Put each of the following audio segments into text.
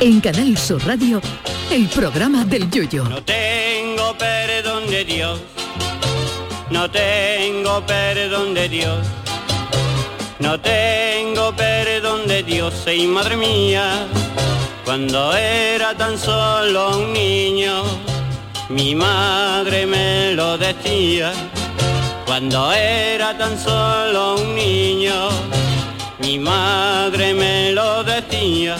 En Canal Sur Radio, el programa del Yoyo. No tengo perdón de Dios, no tengo perdón de Dios, no tengo perdón de Dios, y madre mía, cuando era tan solo un niño, mi madre me lo decía. Cuando era tan solo un niño, mi madre me lo decía.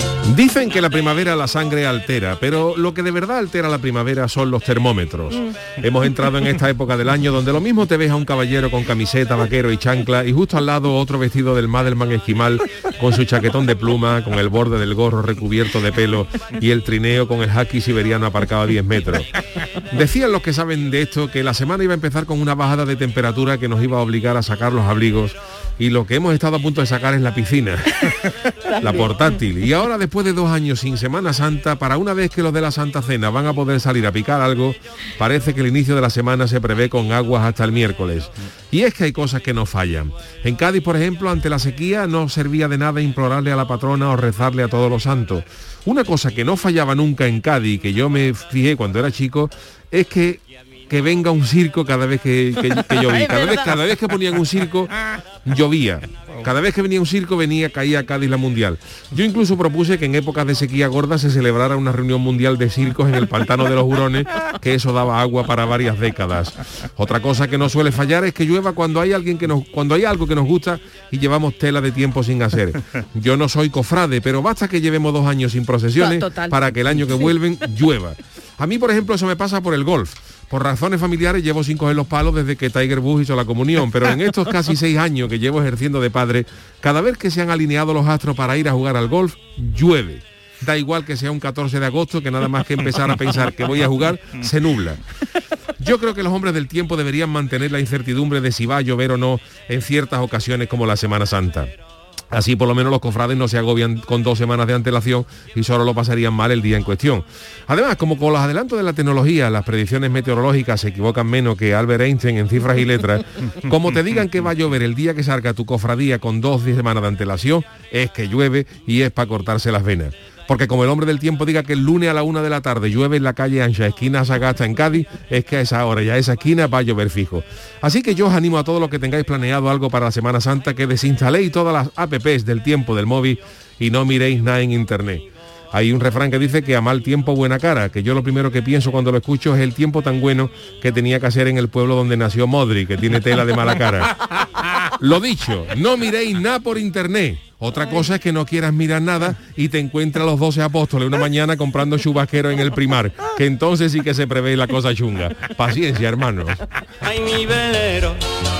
Dicen que la primavera la sangre altera, pero lo que de verdad altera la primavera son los termómetros. Hemos entrado en esta época del año donde lo mismo te ves a un caballero con camiseta, vaquero y chancla y justo al lado otro vestido del Madelman esquimal con su chaquetón de pluma, con el borde del gorro recubierto de pelo y el trineo con el haki siberiano aparcado a 10 metros. Decían los que saben de esto que la semana iba a empezar con una bajada de temperatura que nos iba a obligar a sacar los abrigos y lo que hemos estado a punto de sacar es la piscina, la portátil. Y ahora, después de 2 años sin Semana Santa, para una vez que los de la Santa Cena van a poder salir a picar algo, parece que el inicio de la semana se prevé con aguas hasta el miércoles. Y es que hay cosas que no fallan. En Cádiz, por ejemplo, ante la sequía no servía de nada implorarle a la patrona o rezarle a todos los santos. Una cosa que no fallaba nunca en Cádiz, que yo me fijé cuando era chico, es que venga un circo cada vez que llovía. Cada vez que ponían un circo, llovía. Cada vez que venía un circo, caía Cádiz la mundial. Yo incluso propuse que en épocas de sequía gorda se celebrara una reunión mundial de circos en el pantano de los Hurones, que eso daba agua para varias décadas. Otra cosa que no suele fallar es que llueva cuando hay algo que nos gusta y llevamos tela de tiempo sin hacer. Yo no soy cofrade, pero basta que llevemos 2 años sin procesiones para que el año que vuelven llueva. A mí, por ejemplo, eso me pasa por el golf. Por razones familiares llevo sin coger los palos desde que Tiger Woods hizo la comunión, pero en estos casi 6 años que llevo ejerciendo de padre, cada vez que se han alineado los astros para ir a jugar al golf, llueve. Da igual que sea un 14 de agosto, que nada más que empezar a pensar que voy a jugar, se nubla. Yo creo que los hombres del tiempo deberían mantener la incertidumbre de si va a llover o no en ciertas ocasiones como la Semana Santa. Así por lo menos los cofrades no se agobian con 2 semanas de antelación y solo lo pasarían mal el día en cuestión. Además, como con los adelantos de la tecnología, las predicciones meteorológicas se equivocan menos que Albert Einstein en cifras y letras, como te digan que va a llover el día que salga tu cofradía con 2 semanas de antelación, es que llueve y es para cortarse las venas. Porque como el hombre del tiempo diga que el lunes a la 1 de la tarde llueve en la calle Ancha, esquina Sagasta en Cádiz, es que a esa hora y a esa esquina va a llover fijo. Así que yo os animo a todos los que tengáis planeado algo para la Semana Santa que desinstaléis todas las apps del tiempo del móvil y no miréis nada en internet. Hay un refrán que dice que a mal tiempo buena cara, que yo lo primero que pienso cuando lo escucho es el tiempo tan bueno que tenía que hacer en el pueblo donde nació Modri, que tiene tela de mala cara. Lo dicho, no miréis nada por internet. Otra cosa es que no quieras mirar nada y te encuentras a los 12 apóstoles una mañana comprando chubasqueros en el Primar, que entonces sí que se prevé la cosa chunga. Paciencia, hermanos. Ay, mi velero,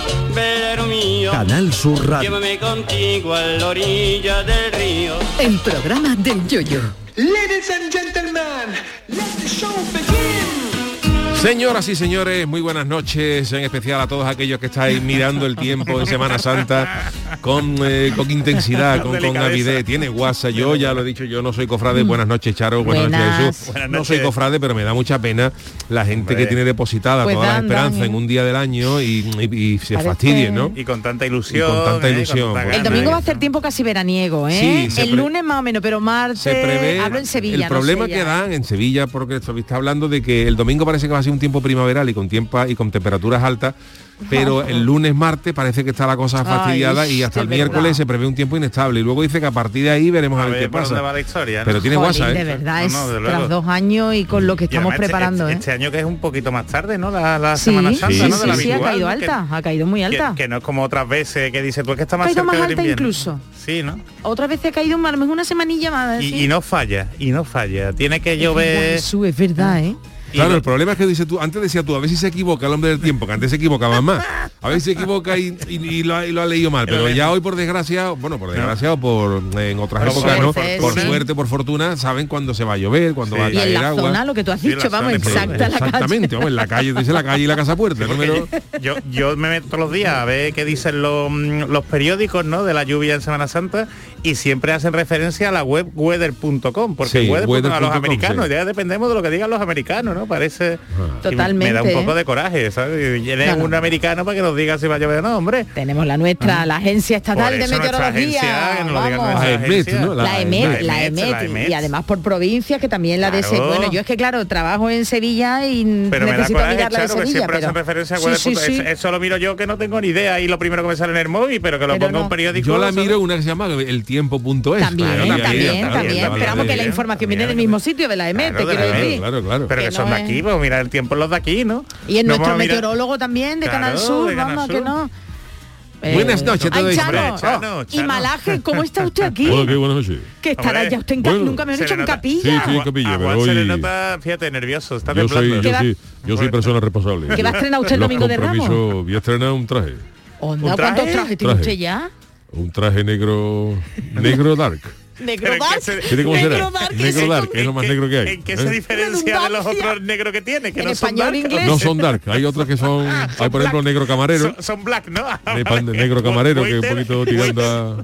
velero mío, Canal Sur Radio. llévame contigo a la orilla del río. El programa del Yoyo. Ladies and gentlemen, let the show begin. Señoras y señores, muy buenas noches, en especial a todos aquellos que estáis mirando el tiempo en Semana Santa con intensidad, con avidez. Tiene WhatsApp, yo ya lo he dicho, yo no soy cofrade. Buenas noches, Charo, buenas noches, Jesús. Buenas No noches. soy cofrade, pero me da mucha pena la gente que tiene depositada Pues toda la dan, esperanza en un día del año y se Parece- fastidie, ¿no? Y con tanta ilusión. Y con tanta ilusión, con tanta pues. El gana. domingo va a hacer tiempo casi veraniego, ¿eh? Sí, el lunes más o menos, pero martes Se prevé hablo en Sevilla. el problema no sé que ya. dan en Sevilla, porque está hablando de que el domingo parece que va a ser un tiempo primaveral y con temperaturas altas, pero el lunes, martes parece que está la cosa fastidiada y hasta es el miércoles verdad. se prevé un tiempo inestable y luego dice que a partir de ahí veremos a ver qué por pasa. dónde va la historia, ¿no? Pero tiene Jolín, WhatsApp, de ¿eh? verdad, No, es no, desde luego. tras 2 años y con lo que Y estamos además preparando, este año que es un poquito más tarde, ¿no? La Sí, Semana Santa, sí, ¿no? De la sí, ha habitual, caído ¿no? alta, ha caído muy alta. Que no es como otras veces que dices tú, es que está Ha más caído cerca más del alta invierno. incluso. Sí, ¿no? Otra vez ha caído a lo mejor una semanilla más. Y no falla. Tiene que llover. Eso es verdad, ¿eh? Claro, el problema es que dice tú, antes decía tú, a ver si se equivoca el hombre del tiempo, que antes se equivocaba más. A ver si se equivoca y lo ha leído mal. Pero ya hoy por desgracia, bueno, por desgracia o por en otras Por épocas, ¿no? suerte, Por sí. suerte, por fortuna, saben cuándo se va a llover, cuándo Sí. va a Y en caer la agua. zona, lo que tú has Sí, dicho, la vamos, zona, exacta la calle. Exactamente, vamos, en la calle, dice la calle y la casa puerta. Porque yo me meto todos los días a ver qué dicen los periódicos, ¿no? De la lluvia en Semana Santa y siempre hacen referencia a la web weather.com, porque Sí, weather.com a los weather.com, americanos, sí. ya dependemos de lo que digan los americanos, ¿no? Parece. Totalmente, Me da un poco ¿eh? de coraje, ¿sabes? Y No, no. un americano para que nos diga si va a llover o no, hombre. Tenemos la nuestra, la Agencia Estatal de Por eso nuestra Meteorología. agencia, que nos lo diga Vamos. nuestra La EMET, agencia. ¿no? La EMET, la EMET. y además por provincias, que también la de Claro. Bueno, yo es que claro, trabajo en Sevilla y Pero me da necesito coraje, mirar la de claro, que Sevilla, siempre hacen pero referencia a sí, web de sí, puta. sí. Eso lo miro yo, que no tengo ni idea, y lo primero que me sale en el móvil, pero que lo Pero ponga no. un periódico. Yo la ¿sabes? miro una que se llama eltiempo.es. También, Claro, también, también. pero vamos que la información viene del mismo sitio de la EMET, te quiero decir. Claro. Pero Que que son no de es- aquí, pues mira, el tiempo es los de aquí, ¿no? Y en No nuestro vamos a mirar- meteorólogo también de Claro, Canal Sur, de Canal vamos, Sur. que no. Buenas noches a Ay, todos. Chano, Hombre, Chano, y Chano. Malaje, ¿cómo está usted aquí? Hola, qué buenas noches. Que estará Hombre, ya usted en bueno, nunca me han se dicho le en nota- capilla. Sí, en capilla, A pero Juan se le hoy- nota, fíjate, nervioso, está Yo soy, temblando. yo, va- sí, yo soy persona responsable. ¿Qué va a estrenar usted el Los domingo de Ramos? compromisos- Voy a estrenar un traje. Onda, ¿Un traje? ¿cuántos trajes tiene Traje. usted ya? Un traje negro dark. Negro Pero dark. que se- ¿Tiene cómo será? Negro dark, Negro ese dark, con- es lo más negro que hay. ¿En qué ¿eh? se diferencia de los Redundancia. otros negros que tiene? Que En no son español, dark. inglés. No son dark, hay otros que son, hay por ejemplo negro camarero, Son black, ¿no? negro camarero, que es un poquito tirando a...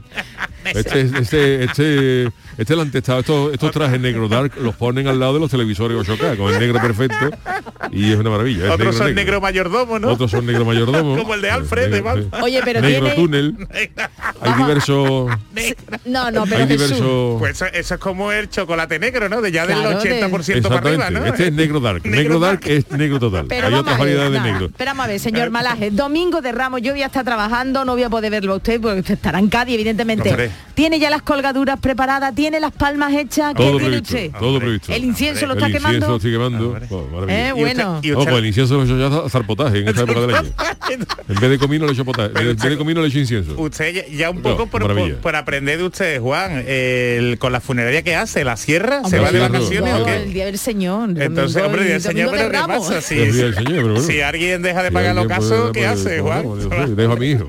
Este lo han testado, estos trajes negro dark los ponen al lado de los televisores 8K, con el negro perfecto, y es una maravilla. es Otros son negro. negro mayordomo, ¿no? Otros son negro mayordomo. Como el de Alfred, Negro, de sí. Oye, pero negro tiene... túnel. Hay diversos... No, pero Hay Jesús. diversos... Pues eso es como el chocolate negro, ¿no? De ya Claro, del 80% para arriba, Exactamente, ¿no? este es negro dark. Negro dark es negro total. Pero Hay vamos otras a ver, variedades de nada, negro. pero vamos a ver, señor Malaje, domingo de Ramos, yo voy a estar trabajando, no voy a poder verlo a usted porque usted estará en Cádiz, evidentemente. Hombre. Tiene ya las colgaduras preparadas, tiene las palmas hechas, ¿qué Todo tiene previsto, usted? todo previsto. El incienso lo está El incienso quemando. lo estoy quemando. Hombre. Oh, maravilla. Bueno. Y Ojo, usted- el incienso lo he hecho ya a zarpotaje en esta época del año. En vez de comino le he hecho potaje. En vez de comino le he hecho incienso. Usted ya un No, poco maravilla. por aprender de usted, Juan, con la funeraria que hace, la sierra, ¿se Hombre, va de cierro, vacaciones o cierro. qué? El día del Señor. Entonces, domingo- hombre, el domingo señor, pero de ¿qué Ramos. pasa? El día del Señor, pero bueno. Si alguien deja de Si pagar los alguien casos, puede, ¿qué pues, hace, Juan? yo sé, dejo a mi hijo.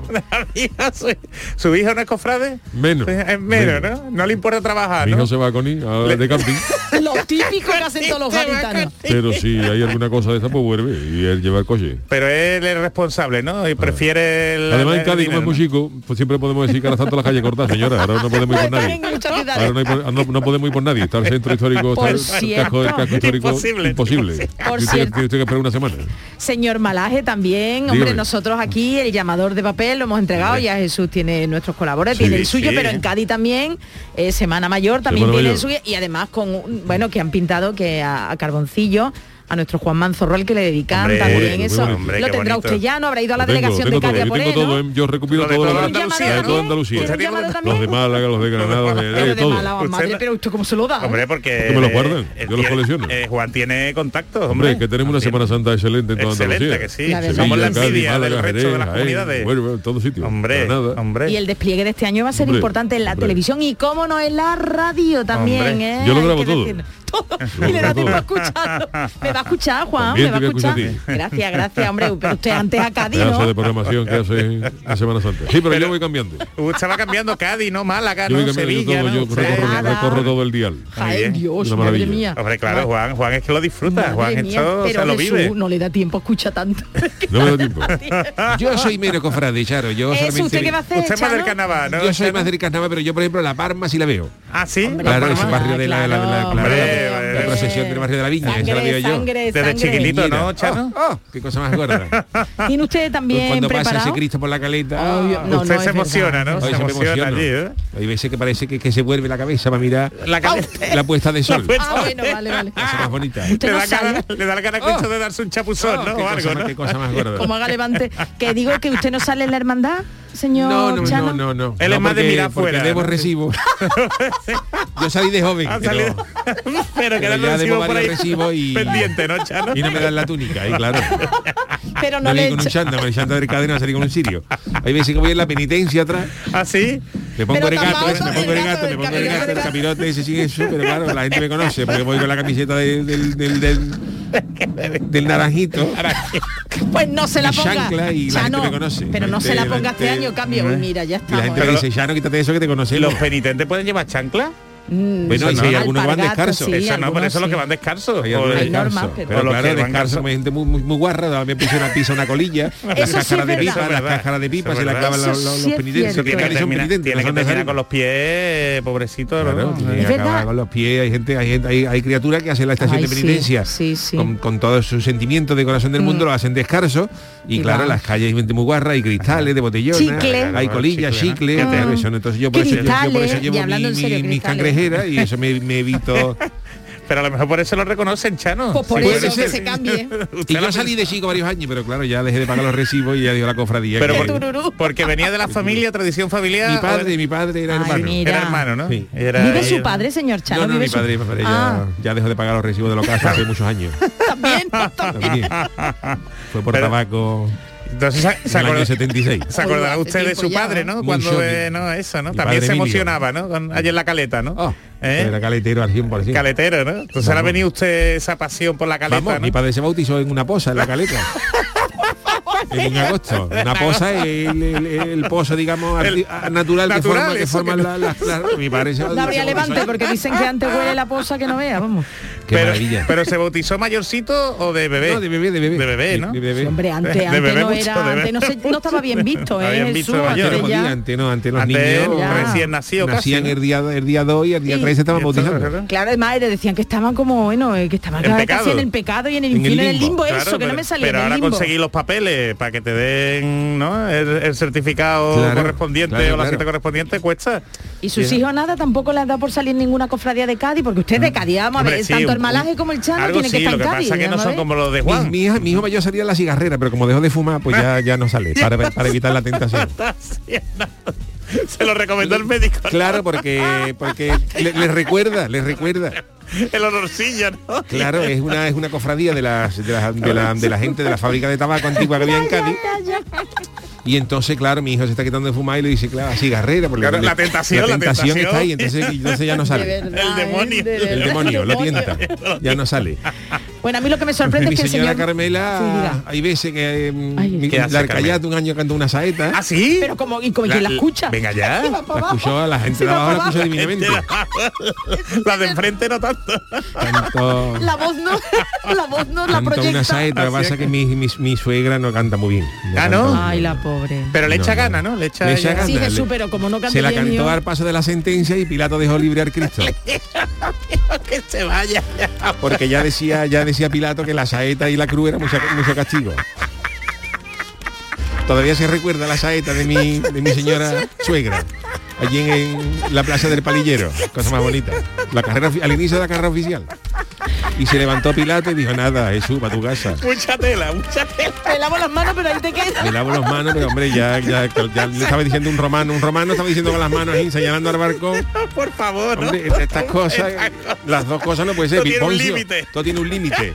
¿Su hijo no es cofrade? Menos. Es menos, ¿no? No le importa trabajar, Mi ¿no? hijo se va con él de camping. Lo típico que hacen todos los gaditanos. Pero si hay alguna cosa de esa, pues vuelve. Y él lleva el coche. Pero él es responsable, ¿no? Y prefiere el... Además en el Cádiz, como es dinero, muy chico, pues siempre podemos decir que ahora tanto la calle corta, señora. Ahora no podemos ir por nadie. En muchas ciudades. Ahora no podemos ir por nadie. Está el centro histórico, Por está el casco cierto. histórico. Imposible. Imposible. Por Tiene cierto. tiene usted que esperar una semana. Señor Malaje también, hombre, Dígame. nosotros aquí el llamador de papel lo hemos entregado, Hombre. ya Jesús tiene nuestros colaboradores, Sí, tiene el suyo, sí. pero en Cádiz también, Semana Mayor también Semana tiene el Mayor. suyo, y además bueno, que han pintado que a Carboncillo, a nuestro Juan Manzorro, que le dedican Hombre, también muy eso. bonito. Hombre, Lo qué tendrá bonito. usted ya, no habrá ido a la Lo tengo, delegación tengo de Cádiz todo, a por yo tengo él, todo, ¿no? yo recopilo Lo de todo toda lo Andalucía, de ¿no? toda Andalucía. ¿Tiene llamado también? Los de Málaga, los de Granada, Pero de todo. Málaga, madre, Usted- pero usted cómo se lo da. Hombre, porque... Que me lo guardan, yo los colecciono. Juan tiene contactos, Hombre, hombre. que tenemos una Semana Santa excelente en toda Excelente, Andalucía. que sí. La verdad. Somos la Sevilla, Cádiz, envidia Málaga, del resto Jerez, de las Jaén, comunidades. bueno, en todos sitios. Hombre, Granada. hombre. Y el despliegue de este año va a ser Hombre, importante en la hombre. televisión y cómo no en la radio también, Hombre. ¿eh? Yo lo Hay grabo que todo. decirlo. Todo. Yo Y le da lo tiempo a grabo escucharlo. Me va a escuchar, Juan, También me va a te voy a escuchar. escuchar a Gracias, hombre. Pero usted antes a Cádiz, Pedazo de ¿no? programación que hace en Semana Santa. Sí, pero yo voy cambiando. Usted va cambiando Cádiz, ¿no? Málaga, Yo voy ¿no? cambiando Sevilla, todo, ¿no? yo Sí. recorro todo el dial. Ay, bien. Dios, Una madre maravilla. mía. Hombre, claro, Juan es que lo disfruta. Madre Juan mía, esto pero se lo Jesús, vive. no le da tiempo, escucha tanto. No me da tiempo. Yo soy mero cofrade, Charo. Yo ¿Eso solamente... usted qué va a hacer, Usted es más del Chano? carnaval, ¿no? Yo soy más del carnaval, pero yo, por ejemplo, La Palma sí la veo. Ah, sí. Hombre, La Claro, Palma. ese barrio de la Hombre, la procesión del barrio de la Viña, esa la veo yo. Sangre, Desde sangre. chiquitito, ¿no, Mira, Chano? qué cosa más gorda. ¿Tiene usted también Cuando pasa preparado? ese Cristo por la caleta. Obvio, no, Usted no, se es emociona, verdad. ¿no? Ay, Se se me emociona emociono. allí, ¿eh? Hay veces que parece que se vuelve la cabeza para mirar La cabeza. la puesta de sol. Ah, bueno, vale. Cosa más bonita. Usted Le no da sale. gana- le da la gana Cristo de darse un chapuzón, ¿no? Qué O cosa algo, más- ¿no? qué cosa más gorda. Como haga levante. Que digo que usted no sale en la hermandad, señor Chano. No. Él es más de mirar porque fuera, debo ¿no? recibo. Yo salí de joven, Ha pero, salido- Pero que pero le ya debo recibo por varios ahí recibos y, pendiente, ¿no, Chano? y no me dan la túnica, y claro. Pero No no le voy con un echa- chándal, con el chándal del cadena salí con un sirio. Hay veces que voy en la penitencia atrás, ¿Ah, sí? me pongo Pero el gato, tapado ese, me pongo el gato, me pongo el gato, el capirote ese sin eso, pero claro, la gente me conoce porque voy con la camiseta del naranjito. Pues no se la y ponga. chancla y la gente Chano, me conoce. pero no se la ponga este año, cambio. Uy, mira, ya Y la estamos. gente me dice, ya no quítate eso que te conocemos. ¿Los penitentes pueden llevar chancla? Bueno, si hay algunos que van descalzos. Sí, eso no, por eso sí. los que van descalzos. Hay algunos Hay descalzos. normas, pero Pero los claro, que van descalzos, hay gente muy guarra, también pisa una colilla, las Eso sí cáscaras es de verdad. pipa, Eso es las verdad. cáscaras de pipa, Eso se es las verdad. clavan Eso los sí es penitentes. cierto. Tiene que Son penitentes, tiene no que son de terminar salir. con los pies, pobrecito, Claro, ¿no? tiene que Es acabar verdad. con los pies, hay criaturas que hacen la estación Ay, de penitencia sí, sí. Con todos sus sentimientos de corazón del mundo, lo hacen descalzo y Y claro, va. en las calles hay gente muy guarra, hay cristales de botellones, Chicle. hay colillas, Chicle, chicle, ¿no? claro, eso, ¿no? Entonces yo por eso Cristales, llevo y hablando en serio, mis cristales. cangrejeras y eso me evito. Pero a lo mejor por eso lo reconocen, Chano. Pues por Sí, eso, puede que ser. se cambie. Y yo salí de chico varios años, pero claro, ya dejé de pagar los recibos y ya dio la cofradía. Pero que- porque venía de la familia, tradición familiar. mi padre era Ay, hermano. mira. Era hermano, ¿no? Sí. ¿Vive su padre, señor Chano? No, ¿Vive mi padre Ah, ya dejó de pagar los recibos de los casos hace muchos años. también. También. Fue por Pero- tabaco Entonces en el año 76. se acordará Uy, usted de hace su tiempo padre, ya, ¿no? Muy Cuando shocking. no, eso, ¿no? Mi También padre se Emilio. emocionaba, ¿no? Allí en la caleta, ¿no? Oh, ¿Eh? era caletero al 100%. Caletero, ¿no? Entonces le ha Vamos. venido usted esa pasión por la caleta, Vamos, ¿no? mi padre se bautizó en una poza, en la caleta. En un agosto. Una poza es el pozo, digamos, natural natural, que eso forman que- las mi padre se No bautizó habría levante, porque dicen que antes huele la poza que no vea, vamos. Qué maravilla. pero se bautizó mayorcito o de bebé? No, de bebé. De bebé, ¿no? De bebé. Sí, hombre, antes, De antes bebé no mucho, era, de bebé. antes no estaba bien visto, Habían ¿eh? visto Jesús, de mayor. Antes antes no ya. podía, antes los Antes, niños ya. recién nacido nacían casi, ¿no? el día 2 y el día Sí. 3 se estaban Y esto, bautizando. ¿verdad? Claro, además le decían que estaban como, bueno, que estaban En casi pecado. en el pecado y en el En el infierno, en el limbo. limbo, Claro, eso, que pero- no me salía Pero en el ahora limbo. conseguir los papeles para que te den, ¿no? El certificado Claro, correspondiente claro, o la claro. cita correspondiente cuesta. Y sus Sí. hijos nada, tampoco les da por salir en ninguna cofradía de Cádiz, porque usted de Cádiz, vamos a ver, Hombre, sí, tanto el malaje como el Chano algo tiene que sí, estar lo en que Cádiz. pasa es que no vamos a son ver. como los de Juan. Mi hijo mayor salía a la cigarrera, pero como dejó de fumar, pues ya no sale, para evitar la tentación. Se lo recomendó el médico. Claro, porque les recuerda. El olorcillo, ¿no? Claro, es una cofradía de la gente de la fábrica de tabaco antigua que había en Cádiz. Y entonces, claro, mi hijo se está quitando de fumar y le dice, claro, cigarrera, porque Claro, la tentación está ahí, entonces ya no De sale. verdad, El demonio. El demonio lo tienta, ya no sale. Bueno, a mí lo que me sorprende Mi es que el señora señor... Carmela, Sí, diga. hay veces que Ay, ¿qué hace, la Arcayata un año cantó una saeta. ¿Ah, sí? Pero como, y como quien la escucha. Venga ya. La escuchó, la gente de abajo la escuchó divinamente. La de enfrente no tanto. Cantó, La voz no la cantó proyecta. una saeta, lo que pasa es que mi suegra no canta muy bien. Ah, ¿no? Ay, la pobre. Pero le echa No, gana, ¿no? Le echa, Le echa ya- gana. Sí, Jesús, le- pero como no canta Se la bien, cantó yo- al paso de la sentencia y Pilato dejó libre al Cristo. que se vaya. Porque ya decía Pilato que la saeta y la cruz era mucho castigo. Todavía se recuerda la saeta de mi señora suegra, allí en la plaza del Palillero, cosa más bonita. La carrera al inicio de la carrera oficial. Y se levantó Pilato y dijo, nada, Jesús, para tu casa. Mucha tela, mucha tela. Me lavo las manos, pero ahí te quedas. Me lavo las manos, pero hombre, ya le estaba diciendo un romano estaba diciendo con las manos ahí, señalando al barcón. Por favor, ¿no? Hombre, estas cosas, las dos cosas no puede ser. Todo tiene un Poncio, límite. todo tiene un límite.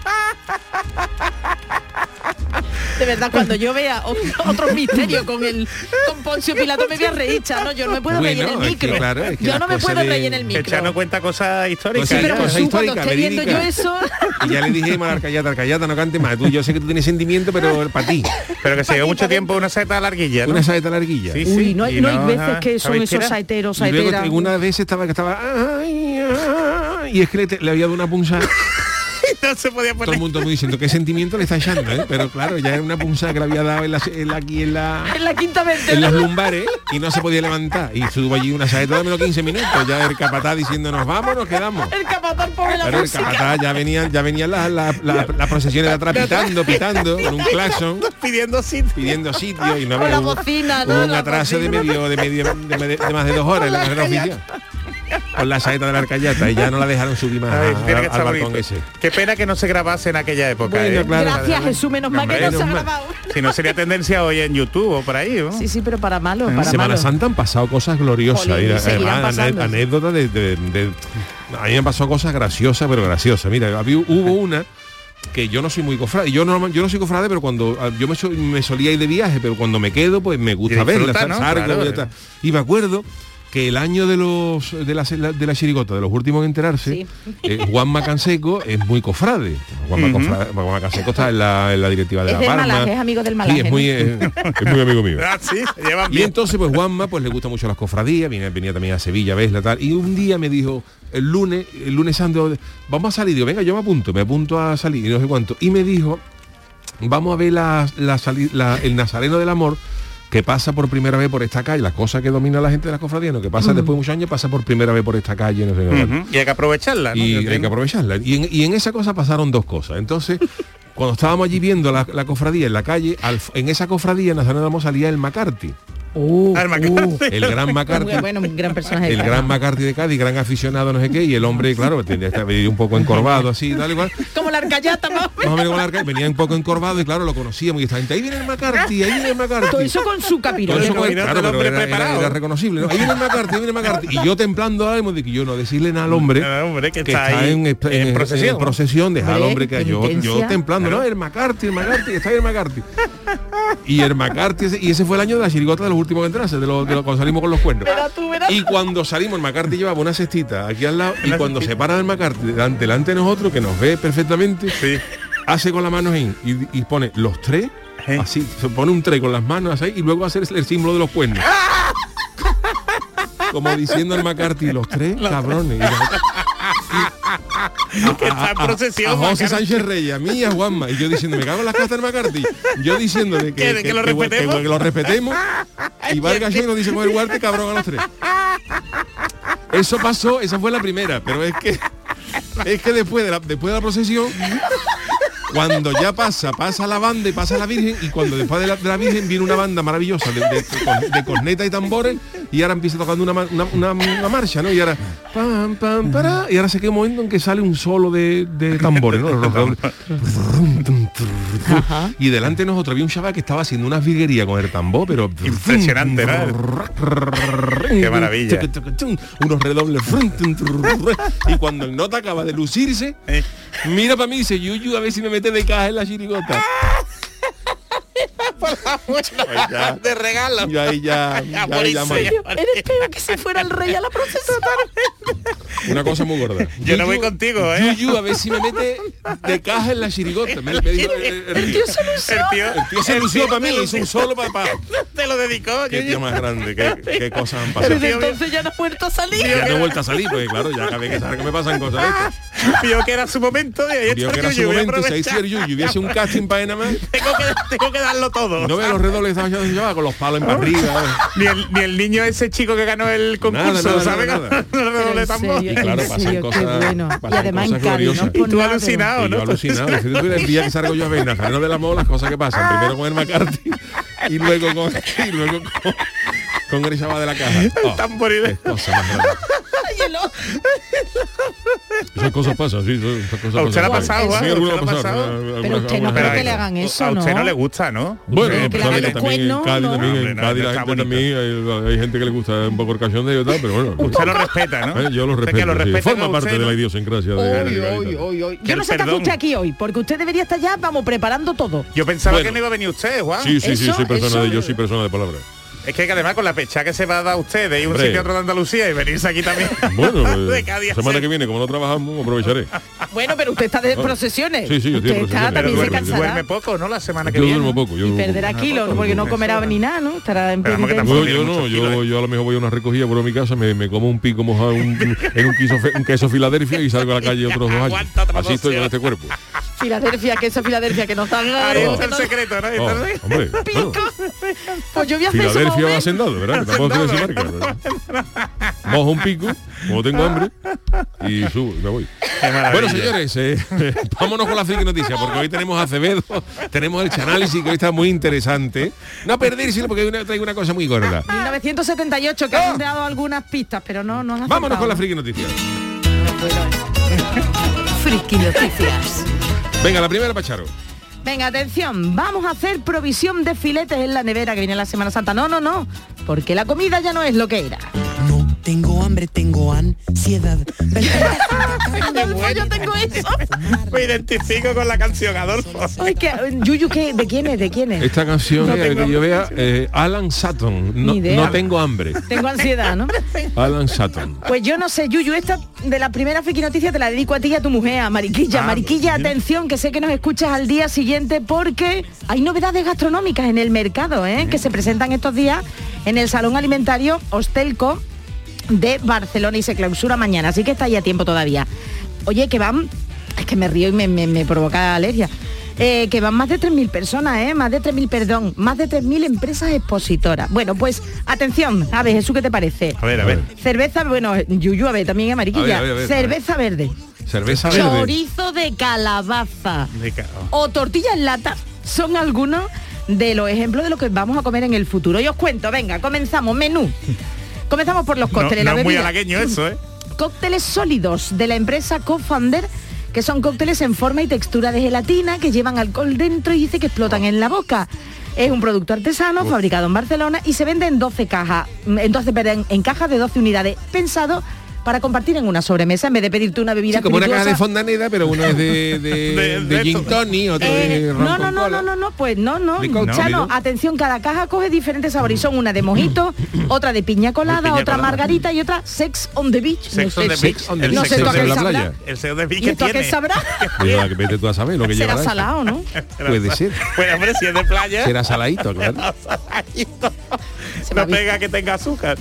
De verdad, cuando yo vea otros misterios con Poncio Pilato me voy a reír, Chano. Yo no me puedo reír en el Bueno, es que micro. claro, es que Yo las no me cosas puedo de- reír en el Que micro. Chano cuenta cosas históricas. Pues sí, Pero cosa Jesús, cuando histórica, esté viendo yo verídica. eso... Y ya le dijimos a la Arcayata, no cante más. Yo sé que tú tienes sentimiento, pero para ti. Pero que se llevó mucho tiempo una seta larguilla, ¿no? Una saeta larguilla. Sí, Uy, sí, no hay y veces ajá, que son ¿sabéis qué esos era? saeteros, Y luego saeteras. una vez estaba ay, y es que le había dado una punza. No se podía Todo el poner. mundo muy diciendo qué sentimiento le está echando, ¿eh? Pero claro, ya era una punza que le había dado aquí en En la quinta vez. las lumbares y no se podía levantar. Y estuvo allí una saeta de menos 15 minutos. Ya el capataz diciendo, nos vamos, nos quedamos. El capatán pobre la Claro, el música. capataz ya venían las procesiones de atrás pitando con un claxon, Pidiendo sitio. pidiendo sitio y no Con había la bocina, ¿no? un La atraso de bocina. más de 2 horas en la carrera oficial. Con la saeta de la Arcayata y ya no la dejaron subir más Ay, tiene que al estar balcón bonito. ese. Qué pena que no se grabase en aquella época. Bueno, ¿eh? claro. Gracias, Jesús, menos mal que no se ha menos mal. grabado. Si no sería tendencia hoy en YouTube o por ahí, ¿no? Sí, sí, pero para malo, En para Semana malo. Santa han pasado cosas gloriosas. Jolín, y y seguirán además, pasando. anécdotas a mí me pasó cosas graciosas, pero graciosas. Mira, hubo una que yo no soy muy cofrade. Yo no soy cofrade, pero cuando yo me solía ir de viaje, pero cuando me quedo, pues me gusta Y disfruta, verla. ¿no? Salgo, Claro. y tal. Y me acuerdo que el año de la chirigota, de los últimos en enterarse, Juanma Canseco es muy cofrade. Juanma Canseco está en la directiva de La Palma. Malaje, es amigo del Malaje. Sí, es muy amigo mío. Sí, se llevan bien. Y entonces pues Juanma pues le gusta mucho las cofradías, venía también a Sevilla, Vesla, tal. Y un día me dijo, el lunes santo, vamos a salir. Digo, venga, yo me apunto a salir y no sé cuánto. Y me dijo, vamos a ver el Nazareno del Amor, que pasa por primera vez por esta calle, las cosas que domina la gente de las cofradías, ¿no? Que pasa después de muchos años, pasa por primera vez por esta calle, no sé. Y hay que aprovecharla, ¿no? Y hay que aprovecharla. Y en esa cosa pasaron dos cosas. Entonces, cuando estábamos allí viendo la cofradía en la calle, en esa cofradía Nazareno del Amor salía el McCarthy. El gran McCarthy. Bueno, un gran personaje. El gran McCarthy de Cádiz, gran aficionado, no sé qué, y el hombre, claro, tenía que estar un poco encorvado así, tal igual. Como la Arcayata, más o menos como la Arcayata, venía un poco encorvado y claro, lo conocíamos y esta gente, ahí viene el McCarthy. Todo eso con su capirote. Claro, pero era reconocible, ¿no? Ahí viene el McCarthy. Y yo templando algo de que yo no decirle nada al hombre que está en procesión, dejar al hombre que yo templando, ¿no? El McCarthy, está ahí el McCarthy. Y el McCarthy, y ese fue el año de la chirigota de los últimos que entrase, de lo cuando salimos con los cuernos. Y cuando salimos, el McCarthy llevaba una cestita aquí al lado, y cuando se para el McCarthy delante de nosotros, que nos ve perfectamente, hace con la mano ahí y pone los tres, así, se pone un 3 con las manos así, y luego hace el símbolo de los cuernos. Como diciendo el McCarthy, los tres cabrones. Que está en procesión. A José Sánchez Reyes, a mí y a Juanma. Y yo diciendo, me cago en las casas del McCarthy. Yo diciendo de que lo respetemos. Y Vargas nos dice con el guarte, cabrón, a los tres. Eso pasó, esa fue la primera. Pero es que después de la procesión, cuando ya pasa la banda y pasa la Virgen, y cuando después de la Virgen viene una banda maravillosa de corneta y tambores, y ahora empieza tocando una marcha, ¿no? Y ahora pam, pam, para, y ahora se queda un momento en que sale un solo de tambores, ¿no? Y delante de nosotros había un chaval que estaba haciendo una virguería con el tambor, pero impresionante, ¿no? Qué maravilla. Unos redobles. Y cuando el nota acaba de lucirse, mira para mí y dice, Yuyu, a ver si me mete de caja en la chirigota. De regalo. Y ahí ya eres peor que si fuera el rey a la procesión. Una cosa muy gorda. Yo no voy contigo, Yuyu, a ver si me mete de caja en la chirigota. Me dijo, el tío se lució para mí, hizo un solo papá. Te lo dedicó. Qué tío más grande, qué cosas han pasado. Pero entonces ya no ha vuelto a salir. Ya no he vuelto a salir, porque claro, ya acabé que saber que me pasan cosas de estas. Vio que era su momento de ahí. Vio que era su momento, y se hizo el Yuyu. Hubiese un casting para nada más. Tengo que darlo todo. Y no veo los redobles con los palos en barriga. Ni el niño ese chico que ganó el concurso, ¿sabes? Y claro, pasan cosas. Bueno. Y además en Cádiz, ¿no? Y tú alucinado, ¿no? Yo alucinado. Si tú el día que salgo yo a ver Nazareno del Amor, las cosas que pasan. Primero con el McCarthy y luego con el chaval de la caja. Tamborile. Esas cosas pasan, sí. ¿A usted le ha pasado, Juan? Pero usted no cree que le hagan eso, ¿no? A usted no le gusta, ¿no? Bueno, también en Cádiz la gente también hay gente que le gusta un poco el cachondeo y tal, pero bueno. Usted lo respeta, ¿no? Yo lo respeto. Forma parte de la idiosincrasia de yo no sé qué hace usted aquí hoy, porque usted debería estar ya, preparando todo. Yo pensaba que no iba a venir usted, Juan. Sí, soy persona de palabra. Es que además con la pecha que se va a dar usted de ir un sitio a otro de Andalucía y venirse aquí también. Bueno, la semana que viene, como no trabajamos, aprovecharé. Bueno, pero usted está de procesiones. Sí, yo estoy de procesiones. Pero duerme poco, ¿no? La semana que viene. Yo duermo poco. Y perderá kilos, porque no comerá ni nada, ¿no? Estará en penitencia. Yo a lo mejor voy a una recogida por mi casa, me como un pico mojado en un queso Filadelfia y salgo a la calle otros 2 años. Así estoy con este cuerpo. Queso Filadelfia, que nos dan... Ahí está el secreto, ¿no? Hombre, pues yo voy a hacer eso. Filadelfia va hacendado, ¿verdad? Que tampoco quiero decir marca. Mojo un pico, como tengo hambre, y subo, me voy. Bueno, señores, vámonos con la friki noticia, porque hoy tenemos a Acevedo, tenemos el Chanálisis, que hoy está muy interesante. No perdérselo, porque traigo una cosa muy gorda. 1978, que han dado algunas pistas, pero no nos ha Vámonos con la friki noticia. Friki noticias. Venga, la primera, Pacharo. Venga, atención, vamos a hacer provisión de filetes en la nevera que viene la Semana Santa. No, porque la comida ya no es lo que era. No Tengo hambre, tengo ansiedad. Yo tengo eso. Me identifico con la canción, Adolfo. Ay, Yuyu, ¿de quién es? ¿De quién es? Esta canción, No que tengo yo vea, Alan Sutton, Ni idea. no tengo hambre. Tengo ansiedad, ¿no? Alan Sutton. Pues yo no sé, Yuyu, esta de la primera friki noticia te la dedico a ti y a tu mujer, a Mariquilla. Mariquilla, atención, que sé que nos escuchas al día siguiente porque hay novedades gastronómicas en el mercado, que se presentan estos días en el Salón Alimentario Hostelco de Barcelona y se clausura mañana, así que está ahí a tiempo todavía. Oye, que van, es que me río y me provoca alergia. Que van más de 3.000 personas, más de 3.000 empresas expositoras. Bueno, pues atención, a ver, Jesús, ¿qué te parece? A ver. Cerveza, bueno, Yuyu, a ver, también es Mariquilla. A ver, cerveza verde. Cerveza verde. Chorizo de calabaza. O tortilla en lata son algunos de los ejemplos de lo que vamos a comer en el futuro. Y os cuento, venga, comenzamos, menú. Comenzamos por los cócteles. No es muy halagueño eso, Cócteles sólidos de la empresa Co-Founder, que son cócteles en forma y textura de gelatina que llevan alcohol dentro y dice que explotan en la boca. Es un producto artesano fabricado en Barcelona y se vende en 12 cajas, en cajas de 12 unidades, pensado para compartir en una sobremesa en vez de pedirte una bebida como una espirituosa. caja de fondaneda, pero uno es de gin tonic, otro de ron con cola. No, Chano, atención, cada caja coge diferentes sabores. Son una de mojito, otra de piña colada, otra margarita y otra sex on the beach. Sex on the beach. No sé, ¿tú a qué la sabrá? playa. El sex on the beach ¿Y que esto a qué tiene. sabrá? Pues que vete tú a saber lo que lleva. Será salado, ¿no? Puede ser. Pues hombre, si es de playa. Será saladito, claro. No pega que tenga azúcar.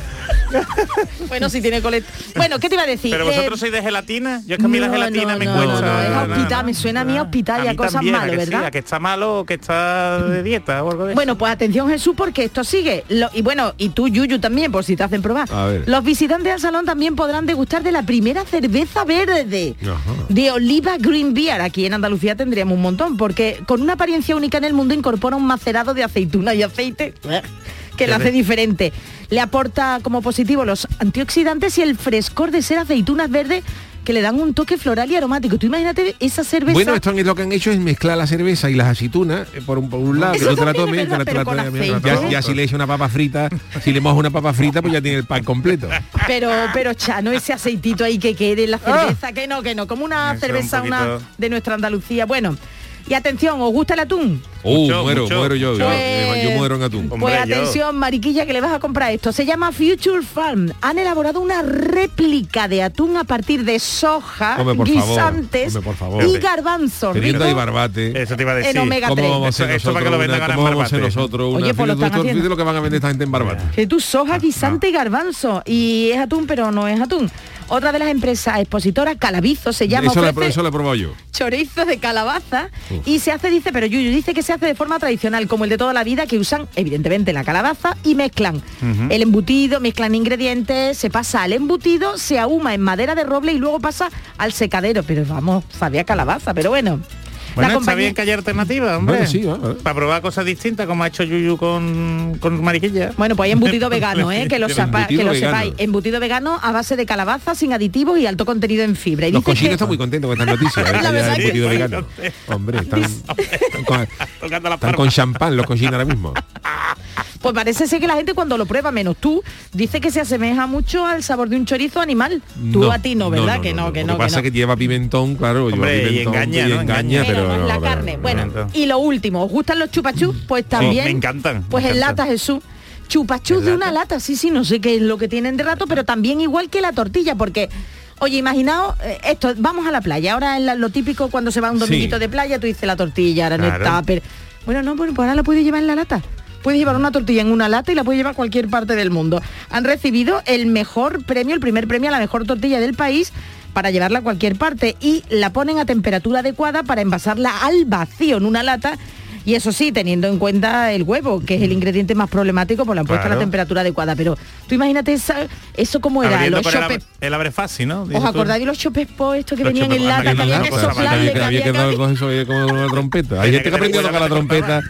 Bueno, si tiene colesterol. Bueno, ¿qué te iba a decir? Pero vosotros sois de gelatina. Yo es que a mí la gelatina me cuesta. Es hospital, me suena a mí a hospital y a cosas también, malas, ¿verdad? Sí, a que está malo o que está de dieta o algo de eso. Bueno, pues atención, Jesús, porque esto sigue. Y tú, Yuyu, también, por si te hacen probar. A ver. Los visitantes al salón también podrán degustar de la primera cerveza verde de Oliva Green Beer. Aquí en Andalucía tendríamos un montón, porque con una apariencia única en el mundo incorpora un macerado de aceituna y aceite que lo hace diferente. Le aporta como positivo los antioxidantes y el frescor de ser aceitunas verdes que le dan un toque floral y aromático. Tú imagínate esa cerveza. Bueno, esto lo que han hecho es mezclar la cerveza y las aceitunas por un lado, Eso que tú te la también es tomes, verdad, pero con aceite. ya si le echa una papa frita, si le mojas una papa frita, pues ya tiene el pan completo. Pero Chano, ese aceitito ahí que quede en la cerveza, que no, como una Eso, cerveza un poquito. una de nuestra Andalucía. Bueno, y atención, ¿os gusta el atún? Muero yo. Pues- Yo muero en atún. Hombre, Pues yo. atención, Mariquilla, que le vas a comprar esto. Se llama Future Farm. Han elaborado una réplica de atún a partir de soja, Hombre, por favor. guisantes Hombre, por favor. y garbanzos. Teniendo rico ahí barbate. Eso te iba a decir. en omega ¿Cómo 3. vamos a ser Esto para que lo vendan ahora en ¿Cómo vamos a ser Barbate? nosotros? Oye, pues lo están haciendo. Fíjate lo que van a vender esta gente en Barbate. Que tú soja, guisante y garbanzo. Y es atún, pero no es atún. Otra de las empresas expositoras, Calabizo, se llama, Eso ofrece lo he probado yo. chorizo de calabaza y se hace, dice, pero Yuyu dice que se hace de forma tradicional, como el de toda la vida, que usan evidentemente la calabaza y mezclan el embutido, mezclan ingredientes, se pasa al embutido, se ahuma en madera de roble y luego pasa al secadero. Pero vamos, sabía calabaza, pero bueno. Bueno, está bien que haya alternativa, hombre. Bueno, sí, va. Para probar cosas distintas, como ha hecho Yuyu con Mariquilla. Bueno, pues hay embutido vegano, que lo Embutido sepáis. Embutido vegano a base de calabaza, sin aditivos y alto contenido en fibra. Y Los dice cochinos que- están muy contentos con estas noticias. La verdad que embutido sí. vegano. Hombre, están Tocando las con palmas. champán los cochinos ahora mismo. Pues parece ser que la gente cuando lo prueba, menos tú, dice que se asemeja mucho al sabor de un chorizo animal. Tú a ti no, ¿verdad? Que no. Lo que pasa es que lleva pimentón, claro. Hombre, lleva y pimentón engaña, ¿no? engaña, Pero pero no es la pero- carne. Bueno, Entonces. y lo último, ¿os gustan los chupachus? Pues también. me encantan, Pues me en encantan. lata, Jesús. Chupachus ¿En de una lata? lata, sí, no sé qué es lo que tienen de rato, pero también igual que la tortilla, porque, oye, imaginaos esto, vamos a la playa, ahora es lo típico cuando se va un dominguito Sí. de playa, tú dices la tortilla, ahora Claro. no está, pero... Bueno, no, pues ahora la puedes llevar en la lata. Puedes llevar una tortilla en una lata y la puedes llevar a cualquier parte del mundo. Han recibido el mejor premio, el primer premio a la mejor tortilla del país para llevarla a cualquier parte y la ponen a temperatura adecuada para envasarla al vacío en una lata. Y eso sí, teniendo en cuenta el huevo, que es el ingrediente más problemático, pues la han puesto a la Claro. temperatura adecuada. Pero tú imagínate eso como era, Abriendo los por chopes. el abre fácil, ¿no? Dices ¿Os tú. acordáis de los chopes po estos que Los venían en chopes, lata, que en había lata, que pues, soplarle, que había había que que... dar con eso como una trompeta. Hay gente que ha aprendido a tocar la trompeta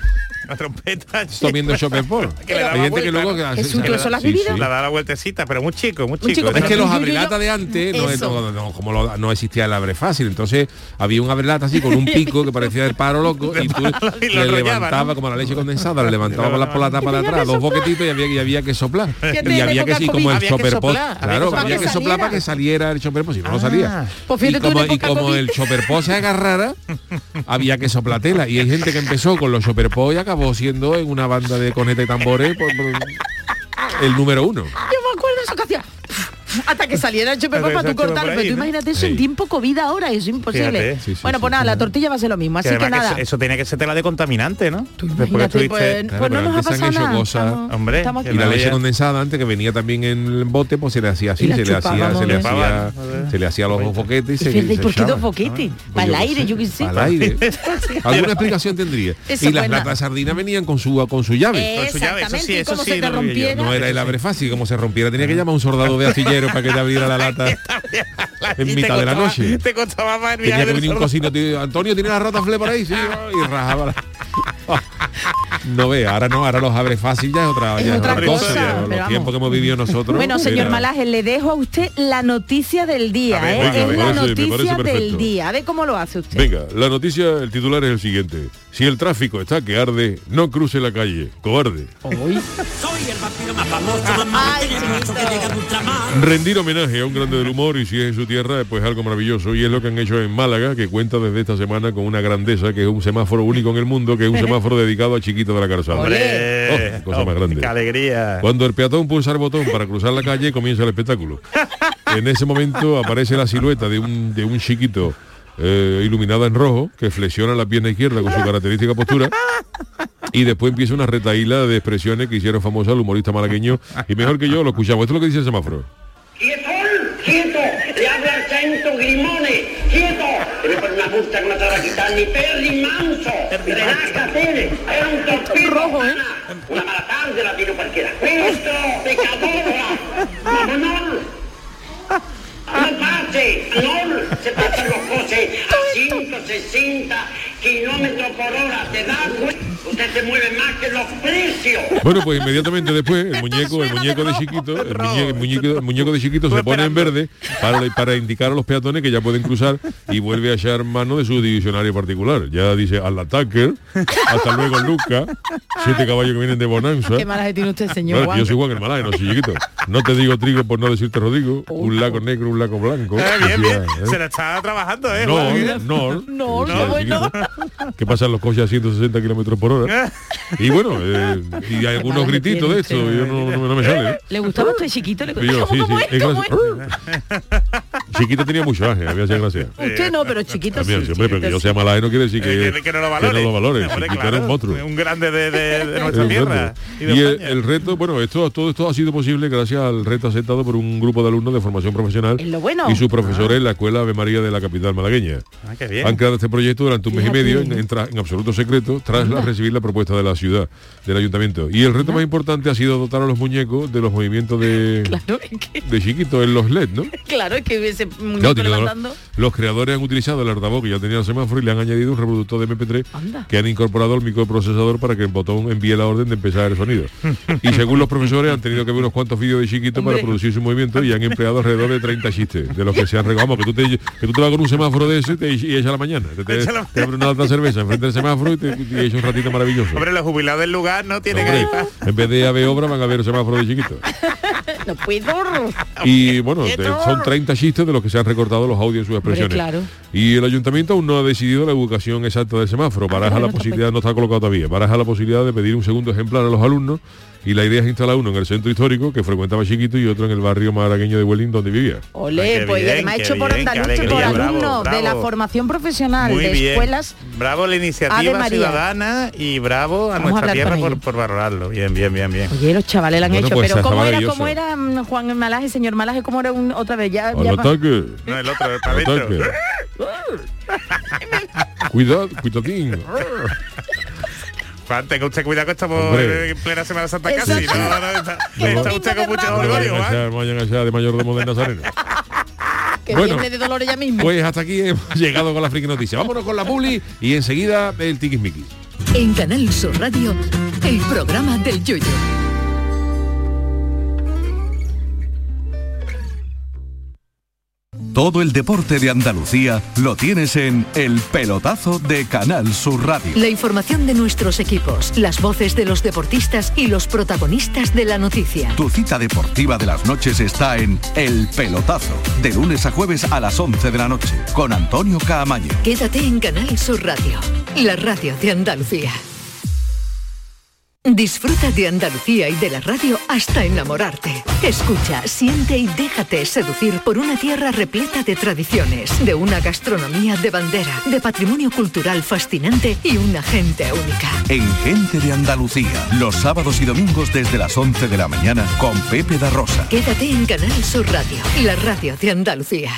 La trompeta. comiendo chopper. Que le daba Hay gente vuelta, que luego... ¿no? Jesús, ¿tú eso lo has vivido? La da la vueltecita, pero muy chico, muy chico. chico. Es que los Yo- abrelatas de antes Eso. no existía el abre fácil, entonces había un abrelata así con un pico que parecía el paro loco y tú Y lo le enrollaba, levantaba, ¿no? como la leche condensada, le levantaba por la tapa de atrás dos boquetitos y había que soplar. Fíjate, Y había que época sí, COVID. como el Había que chopperpot, soplar, claro, para había que que soplar saliera. para que saliera el chopperpot, si no, no salía. Pues fíjate Y tú en como, época COVID. el chopperpot se agarrara, había que soplar tela. Y hay gente que empezó con los chopperpot y acabó siendo en una banda de coneta y tambores el número 1. Yo me acuerdo de eso que hacía. Hasta que saliera el chopper Hasta para que tú se cortar, por pero ahí, tú ¿no? imagínate eso en Sí. tiempo COVID ahora, eso es imposible. Fíjate. Sí, sí, bueno, sí, pues nada, sí. la tortilla va a ser lo mismo, así que además nada. eso tiene que ser tela de contaminante, ¿no? Después que Imagínate, estuviste- pues Claro, no pero nos ha antes se han pasado hecho nada. cosas- Hombre, estamos que aquí. Y la no leche había- condensada antes que venía también en el bote, pues se le hacía así, Y la se le hacía chupábamos, se le hacía los boquetes y Y fíjate, ¿y por qué echaba. dos boquetes? Para el aire, yo qué sé. Al aire. ¿Alguna explicación tendría? Eso Y las buena. latas de sardina venían con su llave. Con su llave, Exactamente, eso sí, y eso como sí se te lo vi yo. rompiera. No era el abre fácil, como se rompiera tenía que llamar a un soldado de astillero para que te abriera la lata en Y te mitad de la costaba- noche. Te costaba más el Tenía viaje que del venir un sordo. cocino, tío, Antonio, ¿tiene la rataflé por ahí? Sí, y rajaba la... No ve, ahora no, ahora los abre fácil ya es otra, Es ya es otra otra cosa, cosa. pero Los vamos. tiempos que hemos vivido nosotros. Bueno, señor era- Malaje, le dejo a usted la noticia del día, A ver, ¿eh? venga, Es me la parece- me noticia parece del perfecto. día. A ver cómo lo hace usted. Venga, la noticia, el titular es el siguiente. Si el tráfico está que arde, no cruce la calle, cobarde. Ay, chiquito. Rendir homenaje a un grande del humor y si es en su tierra, pues algo maravilloso. Y es lo que han hecho en Málaga, que cuenta desde esta semana con una grandeza, que es un semáforo único en el mundo, que es un semáforo dedicado a Chiquito de la Calzada. Hombre, Oh, cosa más grande. qué alegría. Cuando el peatón pulsa el botón para cruzar la calle, comienza el espectáculo. En ese momento aparece la silueta de un chiquito iluminada en rojo, que flexiona la pierna izquierda con su característica postura. Y después empieza una retaíla de expresiones que hicieron famosa al humorista malagueño. Y mejor que yo lo escuchamos. Esto es lo que dice el semáforo. ¡Quieto! ¡Quieto! ¡Le habla al centro Grimone! ¡Quieto! Debe poner una multa que no te va a quitar ni Perry Manso. ¡Relájate! Era un torpedo. Rojo, ¿eh? Una mala tarde la tiro cualquiera. ¡Questo! ¡Pecadora! ¡Mamonol! ¡No pase! ¡No! Se pasan los coches a 160 kilómetros por hora. ¿Te das cuenta? Usted se mueve más que los precios. Bueno, pues inmediatamente después el muñeco de Chiquito, el muñeco de Chiquito se pone en verde para indicar a los peatones que ya pueden cruzar y vuelve a echar mano de su divisionario particular. Ya dice al ataque, hasta luego Luca, 7 caballos que vienen de Bonanza. Qué malaje tiene usted, señor Bueno, Juan. yo soy Juan el Malaje, no soy Chiquito. No te digo trigo por no decirte Rodrigo, un lago negro, un lago blanco. Bien, bien. Decía, Se la está trabajando, ¿eh? No, Juan? No, decía el bueno. Chiquito, que pasan los coches a 160 kilómetros por hora. Y bueno, y hay algunos malaje grititos tiene de esto, usted. yo no me sale. ¿Le gustaba a usted chiquito? ¿Le Y yo, sí, ¿Cómo sí. es? ¿Cómo es? Chiquito tenía mucho ángel, había sido gracia. Usted no, pero chiquito También, sí. sí, hombre, pero que chiquito yo sí. sea malaje no quiere decir Que no lo valore. Que no lo valore. Hombre, Chiquito claro, era un monstruo. un grande de nuestra Es un tierra. grande. Y de Y España. el reto, bueno, todo esto ha sido posible gracias al reto aceptado por un grupo de alumnos de formación profesional Es lo bueno. y sus profesores en la Escuela Ave María de la capital malagueña. Ah, qué bien. Han creado este proyecto durante un mes y Fíjate. medio en absoluto secreto tras recibir la propuesta de la ciudad, del ayuntamiento. Y el reto más importante ha sido dotar a los muñecos de los movimientos de Chiquito en los LED, ¿no? Claro, es que ese muñeco Claro, tiene levantando. los creadores han utilizado el altavoz que ya tenía el semáforo y le han añadido un reproductor de MP3 Anda. que han incorporado al microprocesador para que el botón envíe la orden de empezar el sonido. Y según los profesores han tenido que ver unos cuantos vídeos de Chiquito Hombre. para producir su movimiento y han empleado alrededor de 30 chistes, de los que se han regado. Vamos, que tú te vas con un semáforo de ese y echas la mañana. Te abre una alta cerveza enfrente del semáforo y echas un ratito maravilloso. Hombre, los jubilados del lugar no tienen Hombre, que ir. en vez de haber obra van a ver el semáforo de Chiquito. No puedo. Y bueno, son 30 chistes de los que se han recortado los audios en sus Hombre, expresiones. claro. Y el ayuntamiento aún no ha decidido la ubicación exacta del semáforo. Baraja la posibilidad, no está colocado todavía, baraja la posibilidad de pedir un segundo ejemplar a los alumnos y la idea es instalar uno en el centro histórico que frecuentaba Chiquito y otro en el barrio malagueño de Huelín donde vivía. Olé, Ay, qué pues y bien, además qué hecho por bien, qué andaluz, por alegría, bravo, alumnos de la bravo. formación profesional Muy de bien. escuelas. Bravo la Ave iniciativa María. ciudadana y bravo a Vamos a nuestra hablar tierra con ellos. por valorarlo. Bien, bien, bien, bien. Oye, los chavales la han Bueno, hecho, pues pero está ¿cómo maravilloso. era Juan Malaje, señor Malaje? ¿Cómo era otra vez? Ya Al pa- ataque, No, el otro, para al adentro. ataque. Cuidadín. Juan, tenga usted cuidado que estamos Hombre. en plena Semana Santa Exacto. casi. Está usted con mucho No, orgullo, Juan. Vayan allá de mayordomo de Nazareno. que Bueno. viene de Dolores ya mismo. Pues hasta aquí hemos llegado con la friki noticia. Vámonos con la publi y enseguida el tiquismiquis. En Canal Sur Radio, el programa del Yoyo. Todo el deporte de Andalucía lo tienes en El Pelotazo de Canal Sur Radio. La información de nuestros equipos, las voces de los deportistas y los protagonistas de la noticia. Tu cita deportiva de las noches está en El Pelotazo, de lunes a jueves a las 11 de la noche, con Antonio Caamaño. Quédate en Canal Sur Radio, la radio de Andalucía. Disfruta de Andalucía y de la radio hasta enamorarte. Escucha, siente y déjate seducir por una tierra repleta de tradiciones, de una gastronomía de bandera, de patrimonio cultural fascinante y una gente única. En Gente de Andalucía, los sábados y domingos desde las 11 de la mañana con Pepe da Rosa. Quédate en Canal Sur Radio, la radio de Andalucía.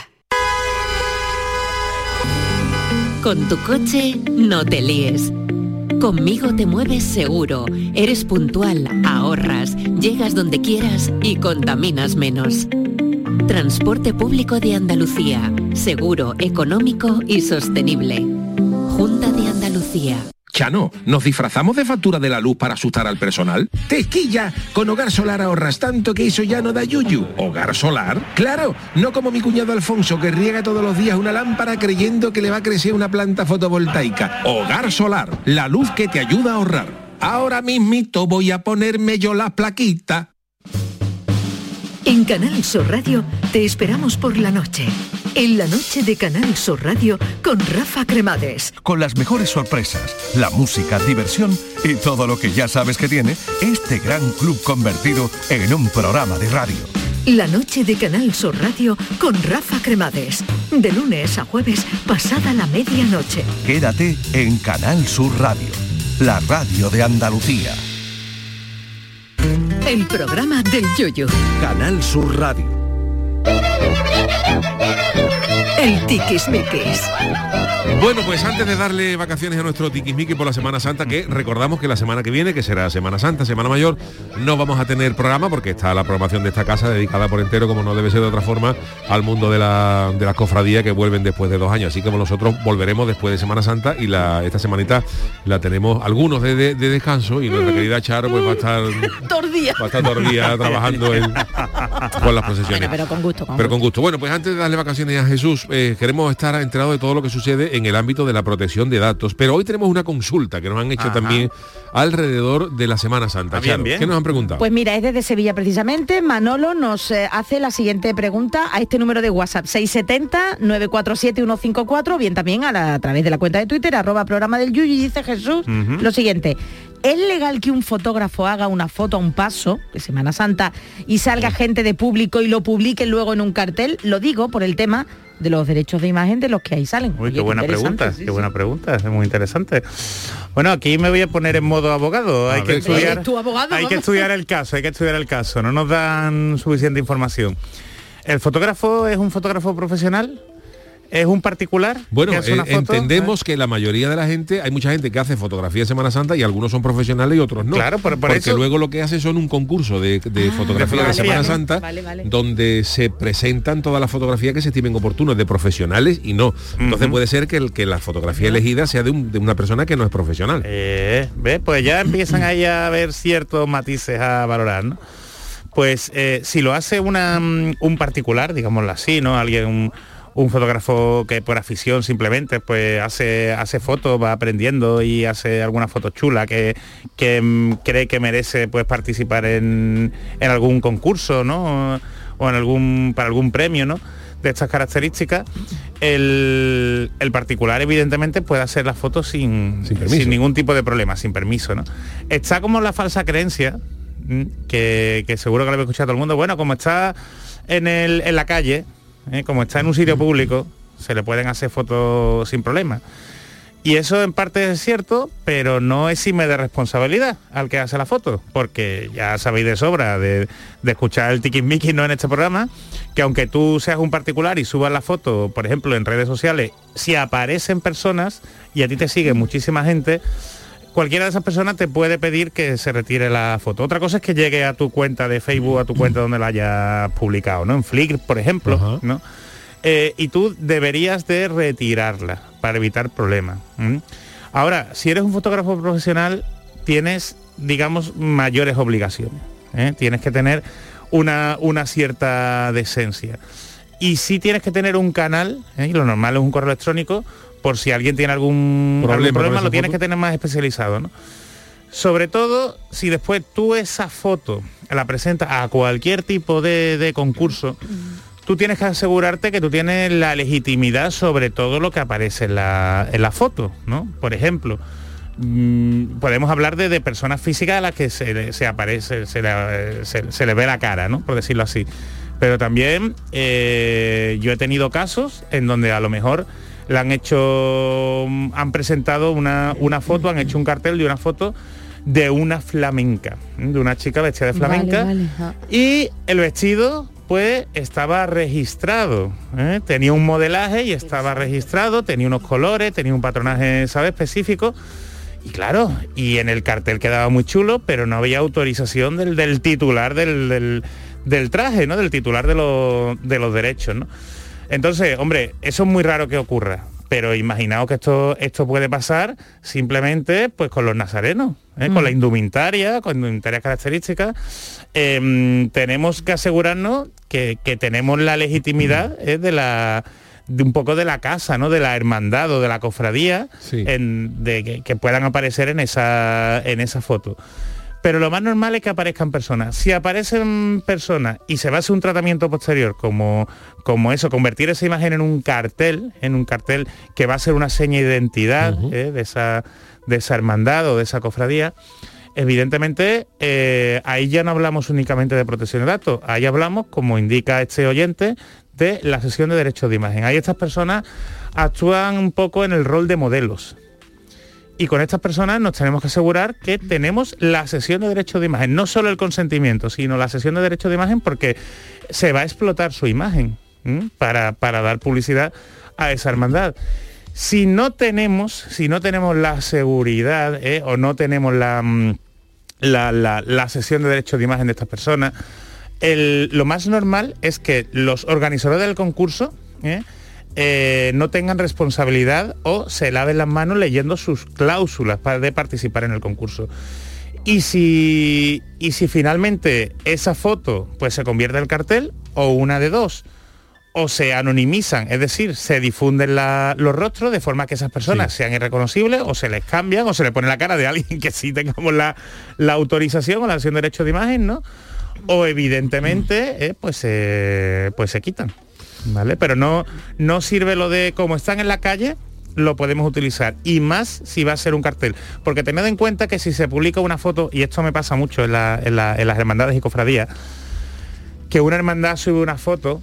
Con tu coche no te líes. Conmigo te mueves seguro, eres puntual, ahorras, llegas donde quieras y contaminas menos. Transporte público de Andalucía, seguro, económico y sostenible. Junta de Andalucía. Chano, ¿nos disfrazamos de factura de la luz para asustar al personal? ¡Tequilla! Con Hogar Solar ahorras tanto que eso ya no da yuyu. ¿Hogar Solar? ¡Claro! No como mi cuñado Alfonso, que riega todos los días una lámpara creyendo que le va a crecer una planta fotovoltaica. Hogar Solar, la luz que te ayuda a ahorrar. Ahora mismito voy a ponerme yo la plaquita. En Canal Sur Radio te esperamos por la noche. En la noche de Canal Sur Radio con Rafa Cremades. Con las mejores sorpresas, la música, diversión y todo lo que ya sabes que tiene este gran club convertido en un programa de radio. La noche de Canal Sur Radio con Rafa Cremades. De lunes a jueves, pasada la medianoche. Quédate en Canal Sur Radio, la radio de Andalucía. El programa del Yoyo. Canal Sur Radio. El Tiquismiquis. Bueno, pues antes de darle vacaciones a nuestro Tiquismiquis por la Semana Santa, que recordamos que la semana que viene, que será Semana Santa, Semana Mayor, no vamos a tener programa porque está la programación de esta casa dedicada por entero, como no debe ser de otra forma, al mundo de las cofradías que vuelven después de 2 años. Así como nosotros volveremos después de Semana Santa y esta semanita la tenemos algunos de descanso y nuestra querida Charo pues va a estar todo el día trabajando con las procesiones. Bueno, pero con gusto. Pero con gusto. Bueno, pues antes de darle vacaciones a Jesús, queremos estar enterados de todo lo que sucede en el ámbito de la protección de datos. Pero hoy tenemos una consulta que nos han hecho también alrededor de la Semana Santa. Charo, ¿qué nos han preguntado? Pues mira, es desde Sevilla precisamente. Manolo nos hace la siguiente pregunta a este número de WhatsApp, 670-947-154, bien también a través de la cuenta de Twitter, @programa del Yuyu, y dice Jesús lo siguiente: ¿es legal que un fotógrafo haga una foto a un paso de Semana Santa y salga gente de público y lo publique luego en un cartel? Lo digo por el tema de los derechos de imagen de los que ahí salen. Uy, qué buena pregunta, buena pregunta, es muy interesante. Bueno, aquí me voy a poner en modo abogado. Hay que estudiar el caso, no nos dan suficiente información. ¿El fotógrafo es un fotógrafo profesional? ¿Es un particular? Bueno, que hace una foto? entendemos que la mayoría de la gente, hay mucha gente que hace fotografía de Semana Santa y algunos son profesionales y otros no. Claro, porque eso... luego lo que hace son un concurso de fotografía de Semana Santa, donde se presentan todas las fotografías que se estimen oportunas, de profesionales y no. Entonces puede ser que la fotografía elegida sea de una persona que no es profesional. ¿Ves? Pues ya empiezan ahí a haber ciertos matices a valorar, ¿no? Pues si lo hace un particular, digámoslo así, ¿no? Alguien... Un fotógrafo que por afición simplemente pues hace fotos, va aprendiendo y hace alguna foto chula que cree que merece pues participar en algún concurso, ¿no? O para algún premio, ¿no? De estas características, el particular evidentemente puede hacer las fotos sin ningún tipo de problema, sin permiso, ¿no? Está como la falsa creencia, que seguro que lo habéis escuchado todo el mundo, bueno, como está en la calle, como está en un sitio público, se le pueden hacer fotos sin problema. Y eso en parte es cierto, pero no exime de responsabilidad al que hace la foto, porque ya sabéis de sobra de escuchar el tiquismiquis, ¿no?, en este programa, que aunque tú seas un particular y subas la foto, por ejemplo, en redes sociales, si aparecen personas y a ti te sigue muchísima gente, cualquiera de esas personas te puede pedir que se retire la foto. Otra cosa es que llegue a tu cuenta de Facebook, a tu cuenta donde la hayas publicado, ¿no? En Flickr, por ejemplo, ¿no? Y tú deberías de retirarla para evitar problemas. Ahora, si eres un fotógrafo profesional, tienes, digamos, mayores obligaciones, ¿eh? Tienes que tener una cierta decencia. Y sí tienes que tener un canal, ¿eh? Y lo normal es un correo electrónico, por si alguien tiene algún problema lo tienes que tener más especializado, ¿no? Sobre todo, si después tú esa foto la presentas a cualquier tipo de concurso, tú tienes que asegurarte que tú tienes la legitimidad sobre todo lo que aparece en la foto, ¿no? Por ejemplo, podemos hablar de personas físicas a las que se le ve la cara, ¿no? Por decirlo así. Pero también yo he tenido casos en donde a lo mejor han presentado una foto, han hecho un cartel de una foto de una flamenca, de una chica vestida de flamenca, y el vestido pues estaba registrado, ¿eh? Tenía un modelaje y estaba registrado, tenía unos colores, tenía un patronaje, ¿sabes?, específico. Y claro, y en el cartel quedaba muy chulo, pero no había autorización del titular del traje, ¿no? Del titular de los derechos, ¿no? Entonces, hombre, eso es muy raro que ocurra, pero imaginaos que esto puede pasar simplemente pues con los nazarenos, ¿eh? Con la indumentaria, con indumentarias características. Tenemos que asegurarnos que tenemos la legitimidad de un poco de la casa, ¿no? De la hermandad o de la cofradía, sí, que puedan aparecer en esa foto. Pero lo más normal es que aparezcan personas. Si aparecen personas y se va a hacer un tratamiento posterior como eso, convertir esa imagen en un cartel que va a ser una seña de identidad, de esa hermandad o de esa cofradía, evidentemente ahí ya no hablamos únicamente de protección de datos, ahí hablamos, como indica este oyente, de la cesión de derechos de imagen. Ahí estas personas actúan un poco en el rol de modelos. Y con estas personas nos tenemos que asegurar que tenemos la cesión de derechos de imagen, no solo el consentimiento, sino la cesión de derechos de imagen, porque se va a explotar su imagen para dar publicidad a esa hermandad. Si no tenemos la seguridad o no tenemos la cesión de derechos de imagen de estas personas, lo más normal es que los organizadores del concurso no tengan responsabilidad o se laven las manos leyendo sus cláusulas de participar en el concurso. Y si finalmente esa foto pues se convierte en cartel, o una de dos, o se anonimizan, es decir, se difunden los rostros de forma que esas personas sean irreconocibles, o se les cambian, o se le pone la cara de alguien que sí tengamos la autorización o la acción de derechos de imagen, ¿no? O evidentemente pues se quitan, ¿vale? Pero no sirve lo de como están en la calle, lo podemos utilizar, y más si va a ser un cartel, porque tened en cuenta que si se publica una foto, y esto me pasa mucho en las hermandades y cofradías, que una hermandad sube una foto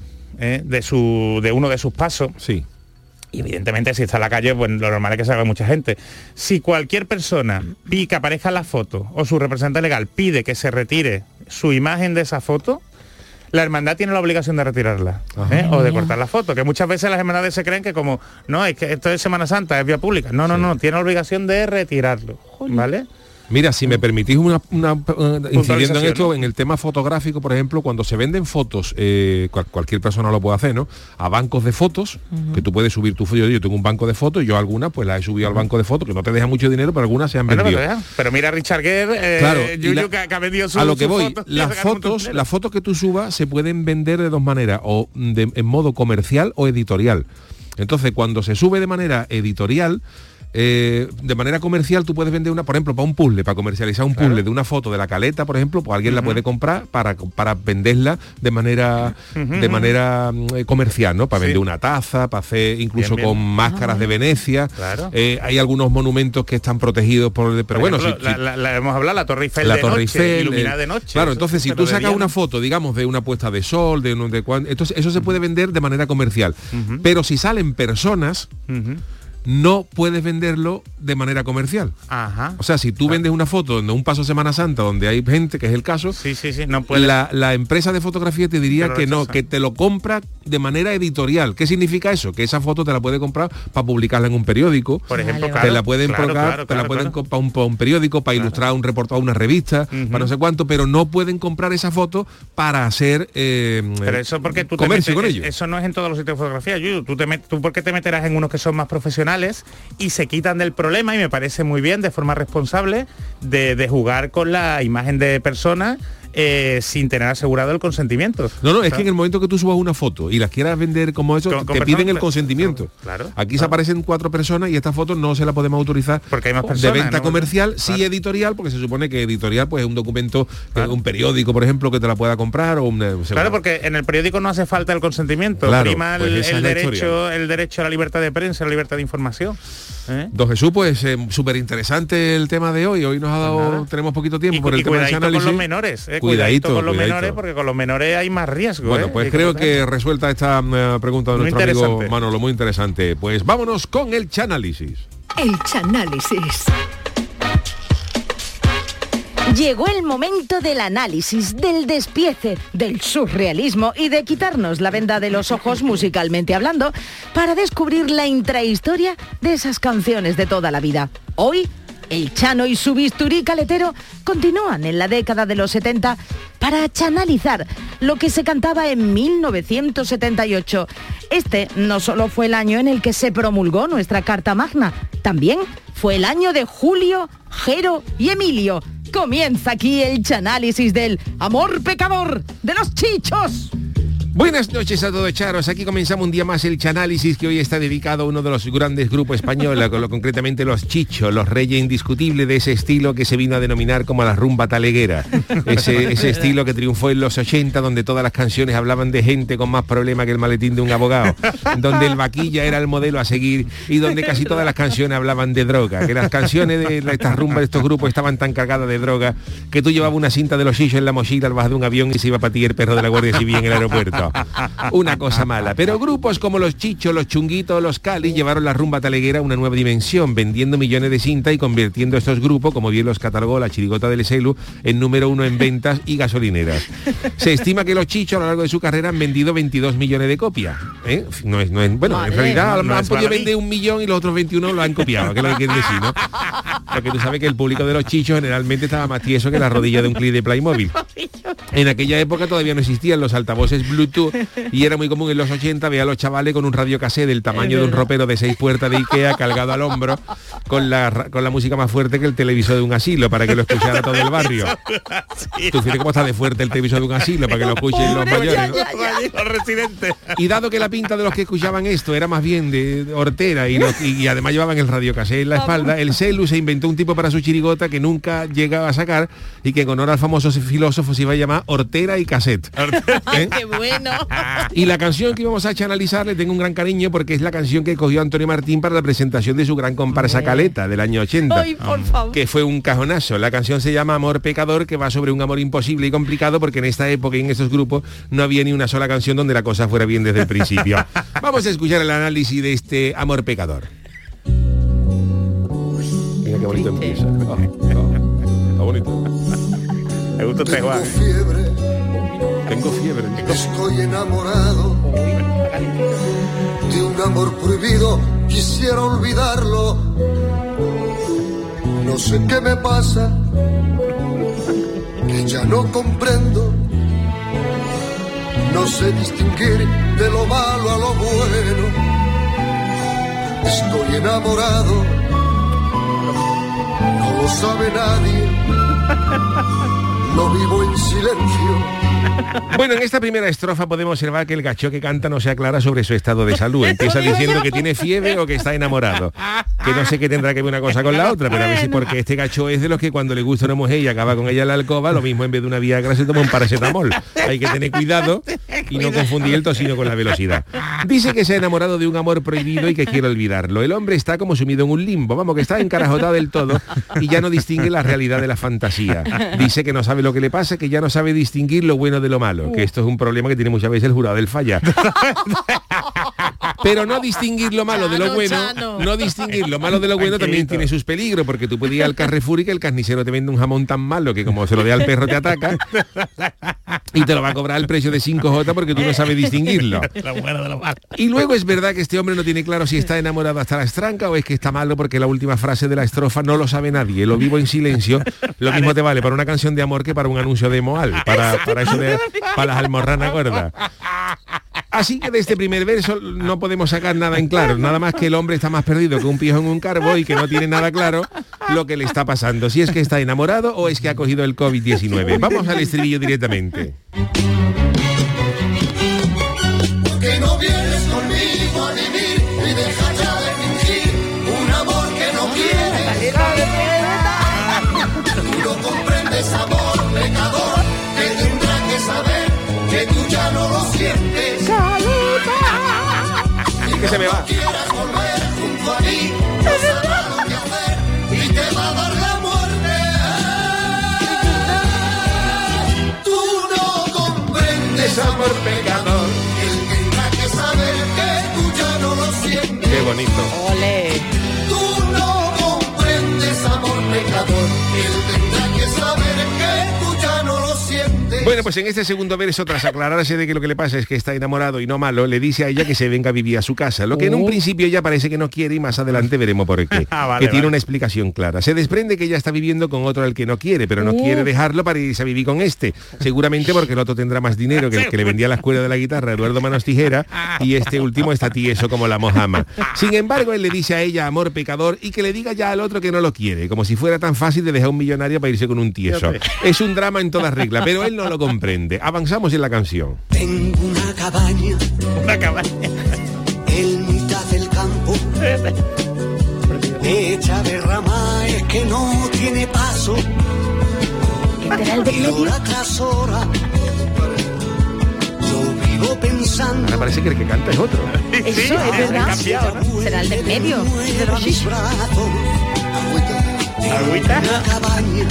de uno de sus pasos, sí, y evidentemente si está en la calle, pues lo normal es que se haga mucha gente. Si cualquier persona pide que aparezca en la foto, o su representante legal pide que se retire su imagen de esa foto, la hermandad tiene la obligación de retirarla, o de cortar la foto, que muchas veces las hermandades se creen que como, no, es que esto es Semana Santa, es vía pública. No, tiene la obligación de retirarlo, ¿vale? Mira, si me permitís incidiendo en esto, en el tema fotográfico, por ejemplo, cuando se venden fotos, cualquier persona lo puede hacer, ¿no? A bancos de fotos, que tú puedes subir tu foto. Yo tengo un banco de fotos y yo algunas pues las he subido al banco de fotos, que no te deja mucho dinero, pero algunas se han vendido. Pero mira Richard Gere, claro, que ha vendido su a lo que voy, fotos, las fotos que tú subas se pueden vender de dos maneras, o en modo comercial o editorial. Entonces, cuando se sube de manera editorial, de manera comercial tú puedes vender una, por ejemplo, para un puzzle, para comercializar un puzzle de una foto de la Caleta, por ejemplo, pues alguien la puede comprar para venderla de manera comercial, ¿no? Para vender una taza, para hacer incluso con máscaras de Venecia. Claro. Hay algunos monumentos que están protegidos pero bueno, ejemplo, la hemos hablado, la Torre Eiffel, iluminada de noche. Claro, entonces si tú sacas una foto, digamos, de una puesta de sol, entonces eso se puede vender de manera comercial. Pero si salen personas, no puedes venderlo de manera comercial. O sea, si tú vendes una foto de un paso Semana Santa donde hay gente, que es el caso, no puede. La empresa de fotografía te diría que no, que te lo compra de manera editorial. ¿Qué significa eso? Que esa foto te la puede comprar para publicarla en un periódico, por ejemplo, te la pueden comprar para un periódico, para ilustrar un reportaje a una revista, para no sé cuánto, pero no pueden comprar esa foto para hacer pero eso porque tú comercio con ellos. Eso no es en todos los sitios de fotografía, ¿Tú por qué te meterás en unos que son más profesionales personales y se quitan del problema, y me parece muy bien, de forma responsable, de jugar con la imagen de personas sin tener asegurado el consentimiento. No, es que en el momento que tú subas una foto y las quieras vender como eso, te piden el consentimiento. Claro. Aquí se aparecen 4 personas y esta foto no se la podemos autorizar porque hay más personas, de venta ¿no? comercial, sí editorial, porque se supone que editorial pues es un documento, un periódico, por ejemplo, que te la pueda comprar o claro, porque en el periódico no hace falta el consentimiento, claro, prima pues el derecho a la libertad de prensa, la libertad de información. Don Jesús, pues súper interesante el tema de hoy. Hoy nos ha dado, tenemos poquito tiempo por el tema de análisis. Con los menores, cuidadito con los menores, porque con los menores hay más riesgo. Bueno, pues creo que resuelta esta pregunta de nuestro amigo Manolo, muy interesante. Pues vámonos con el Chanálisis. El Chanálisis. Llegó el momento del análisis, del despiece, del surrealismo y de quitarnos la venda de los ojos musicalmente hablando para descubrir la intrahistoria de esas canciones de toda la vida. Hoy, el Chano y su bisturí caletero continúan en la década de los 70 para chanalizar lo que se cantaba en 1978. Este no solo fue el año en el que se promulgó nuestra Carta Magna, también fue el año de Julio, Jero y Emilio. Comienza aquí el chanálisis del amor pecador de los Chichos. Buenas noches a todos, charos. Aquí comenzamos un día más el Chanálisis, que hoy está dedicado a uno de los grandes grupos españoles, concretamente los Chichos, los reyes indiscutibles de ese estilo que se vino a denominar como la rumba taleguera. Ese estilo que triunfó en los 80, donde todas las canciones hablaban de gente con más problemas que el maletín de un abogado, donde el vaquilla era el modelo a seguir y donde casi todas las canciones hablaban de droga, que las canciones de estas rumbas de estos grupos estaban tan cargadas de droga que tú llevabas una cinta de los Chichos en la mochila al bajar de un avión y se iba para ti el perro de la Guardia Civil en el aeropuerto. Una cosa mala, pero grupos como los Chichos, los Chunguitos, los Cali llevaron la rumba taleguera a una nueva dimensión, vendiendo millones de cintas y convirtiendo estos grupos, como bien los catalogó la Chirigota del Celu, en número 1 en ventas y gasolineras. Se estima que los Chichos a lo largo de su carrera han vendido 22 millones de copias. Bueno, vale, en realidad han podido vender 1 millón y los otros 21 lo han copiado, que es lo que quiere decir, ¿no? Porque tú sabes que el público de los Chichos generalmente estaba más tieso que la rodilla de un clip de Playmobil. En aquella época todavía no existían los altavoces Bluetooth y era muy común en los 80 ver a los chavales con un radiocassette del tamaño de un ropero de 6 puertas de Ikea cargado al hombro con la música más fuerte que el televisor de un asilo para que lo escuchara todo el barrio. Tú fíjate cómo está de fuerte el televisor de un asilo para que lo escuchen los mayores, ¿no? Los residentes. Y dado que la pinta de los que escuchaban esto era más bien de hortera y además llevaban el radiocassette en la espalda, el Celu se inventó un tipo para su chirigota que nunca llegaba a sacar y que en honor al famoso filósofo se iba a llamar Hortera y Cassette. ¡Ay, qué bueno! Y la canción que íbamos a analizar le tengo un gran cariño porque es la canción que cogió Antonio Martín para la presentación de su gran comparsa Caleta del año 80. Ay, por favor. Que fue un cajonazo. La canción se llama Amor Pecador, que va sobre un amor imposible y complicado porque en esta época y en estos grupos no había ni una sola canción donde la cosa fuera bien desde el principio. Vamos a escuchar el análisis de este Amor Pecador. Mira qué bonito empieza. Está bonito. Me gusta este Juan. Tengo fiebre. Estoy enamorado de un amor prohibido. Quisiera olvidarlo. No sé qué me pasa, que ya no comprendo. No sé distinguir de lo malo a lo bueno. Estoy enamorado, no lo sabe nadie. No vivo en silencio. Bueno, en esta primera estrofa podemos observar que el gacho que canta no se aclara sobre su estado de salud. Empieza diciendo que tiene fiebre o que está enamorado. Que no sé qué tendrá que ver una cosa con la otra, pero a ver si porque este gacho es de los que cuando le gusta una mujer y acaba con ella en la alcoba, lo mismo en vez de una Viagra se toma un paracetamol. Hay que tener cuidado y no confundir el tocino con la velocidad. Dice que se ha enamorado de un amor prohibido y que quiere olvidarlo. El hombre está como sumido en un limbo, vamos, que está encarajotado del todo y ya no distingue la realidad de la fantasía. Dice que no sabe lo que le pasa, que ya no sabe distinguir lo bueno de lo malo, que esto es un problema que tiene muchas veces el jurado del Falla. Pero no distinguir lo malo de lo bueno, no distinguir lo malo de lo bueno también tiene sus peligros, porque tú puedes ir al Carrefour y que el carnicero te vende un jamón tan malo que como se lo dé al perro te ataca y te lo va a cobrar al precio de 5J porque tú no sabes distinguirlo. Y luego es verdad que este hombre no tiene claro si está enamorado hasta la estranca o es que está malo porque la última frase de la estrofa no lo sabe nadie, lo vivo en silencio. Lo mismo te vale para una canción de amor que para un anuncio de Moal, para eso de para las almorranas gordas. Así que de este primer verso no podemos sacar nada en claro, nada más que el hombre está más perdido que un pijo en un carbo y que no tiene nada claro lo que le está pasando, si es que está enamorado o es que ha cogido el COVID-19. Vamos al estribillo directamente. Que no vienes conmigo a vivir y deja ya de fingir un amor que no quieres. Tú no comprendes, amor pecador, que tendrá que saber que tú ya no lo sientes. Que se me va. Quieras volver junto a mí, no sabrás lo que hacer y te va a dar la muerte. Tú no comprendes, amor pecador. Qué bonito. Ole. Tú no comprendes, amor pecador. Él tendrá que saber que tú ya no lo sientes. Bueno, pues en este segundo verso, tras aclararse de que lo que le pasa es que está enamorado y no malo, le dice a ella que se venga a vivir a su casa, lo que en un principio ella parece que no quiere y más adelante veremos por qué. Que tiene una explicación clara. Se desprende que ella está viviendo con otro al que no quiere, pero no quiere dejarlo para irse a vivir con este. Seguramente porque el otro tendrá más dinero que el que le vendía la escuela de la guitarra, Eduardo Manos Tijera, y este último está tieso como la mojama. Sin embargo, él le dice a ella, amor pecador, y que le diga ya al otro que no lo quiere, como si fuera tan fácil de dejar un millonario para irse con un tieso. Es un drama en toda regla, pero él no lo comprende. Avanzamos en la canción. Tengo una cabaña en mitad del campo, hecha de rama, es que no tiene paso. Y hora tras hora yo vivo pensando. Ahora parece que el que canta es otro. Eso es verdad. Será el del medio. De los chichos. ¿Agüita? Una cabaña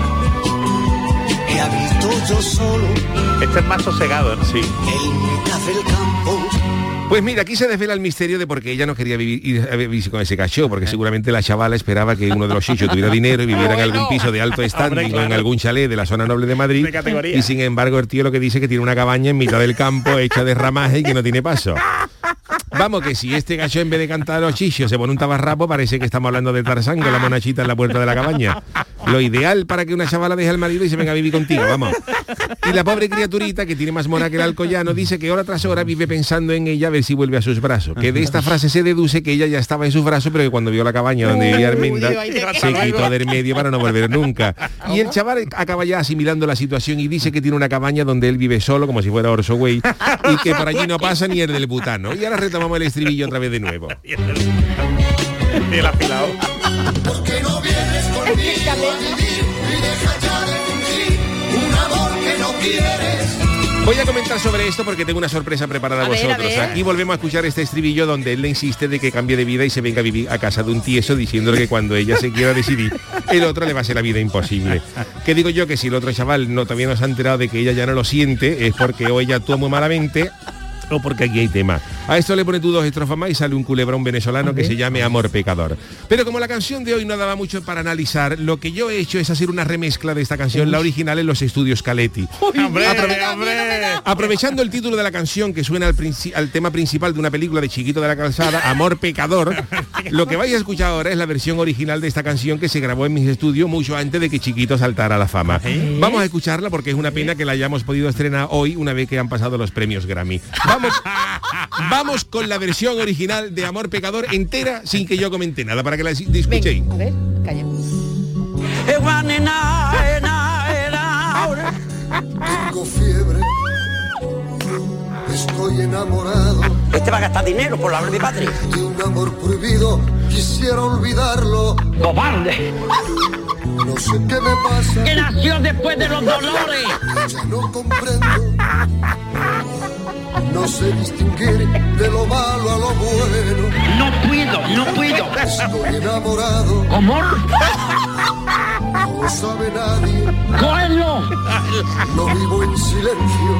que habito yo solo. Este es más sosegado, ¿no? Sí. En mitad del campo. Pues mira, aquí se desvela el misterio de por qué ella no quería ir a vivir con ese cachó, porque seguramente la chavala esperaba que uno de los chichos tuviera dinero y viviera en algún piso de alto standing o en algún chalet de la zona noble de Madrid. Y sin embargo el tío lo que dice es que tiene una cabaña en mitad del campo hecha de ramaje y que no tiene paso. Vamos, que si este gacho en vez de cantar a los chichos se pone un tabarrapo, parece que estamos hablando de Tarzán con la monachita en la puerta de la cabaña. Lo ideal para que una chavala deje al marido y se venga a vivir contigo, vamos. Y la pobre criaturita, que tiene más mona que el alcoyano, dice que hora tras hora vive pensando en ella a ver si vuelve a sus brazos. Que de esta frase se deduce que ella ya estaba en sus brazos, pero que cuando vio la cabaña donde vivía Armenda, se quitó del medio para no volver nunca. Y el chaval acaba ya asimilando la situación y dice que tiene una cabaña donde él vive solo, como si fuera Orso Güey, y que por allí no pasa ni el del butano. Y ahora retomamos el estribillo otra vez de nuevo. Y el afilado. Porque no vienes conmigo a vivir y deja ya de fingir un amor que no quieres. Voy a comentar sobre esto porque tengo una sorpresa preparada a vosotros. ver. Aquí volvemos a escuchar este estribillo donde él le insiste de que cambie de vida y se venga a vivir a casa de un tieso, diciéndole que cuando ella se quiera decidir, el otro le va a hacer la vida imposible. Que digo yo que si el otro chaval todavía no se ha enterado de que ella ya no lo siente, es porque o ella actúa muy malamente o porque aquí hay tema. A esto le pone tú 2 estrofas más y sale un culebrón venezolano que se llame Amor Pecador. Pero como la canción de hoy no daba mucho para analizar, lo que yo he hecho es hacer una remezcla de esta canción, la original, en los estudios Caletti. Aprovechando el título de la canción que suena al tema principal de una película de Chiquito de la Calzada, Amor Pecador, lo que vais a escuchar ahora es la versión original de esta canción que se grabó en mis estudios mucho antes de que Chiquito saltara a la fama. Vamos a escucharla porque es una pena que la hayamos podido estrenar hoy, una vez que han pasado los premios Grammy. Vamos con la versión original de Amor Pecador entera sin que yo comente nada, para que la escuchéis. A ver, calla. Tengo fiebre, estoy enamorado. Este va a gastar dinero por la obra de mi padre. De un amor prohibido, quisiera olvidarlo. ¡Cobarde! No sé qué me pasa. Que nació después de los dolores. Ya no comprendo. No sé distinguir de lo malo a lo bueno. No puedo. Estoy enamorado. ¿Cómo? No lo sabe nadie. ¡Cógelo! No vivo en silencio.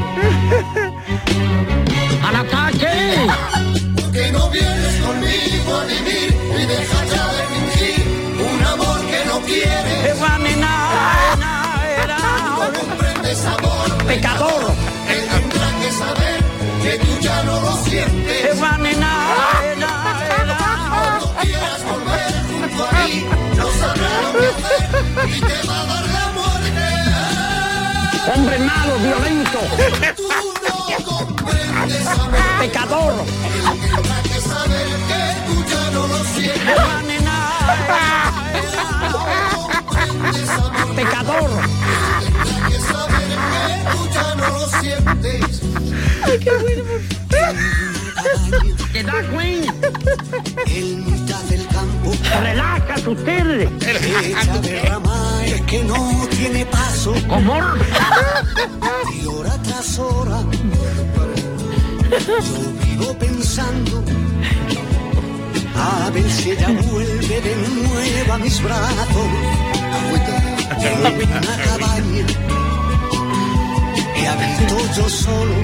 ¡Al ataque! Que no vienes conmigo a vivir y deja ya de fingir un amor que no quieres. No comprendes, amor ¡Pecador! Él tendrá que saber que tú ya no lo sientes. Cuando quieras volver junto a mí, no sabrás lo que hacer y te va a dar la muerte. Hombre malo, violento. Pecador. Pecador. Ay, qué bueno. ¿Qué da, Queen? En mitad del campo. Relajas ustedes. Echa derrama es que no tiene paso. ¿Cómo? Y hora tras hora yo vivo pensando a ver si ella vuelve de nuevo a mis brazos. En una cabaña que habito yo solo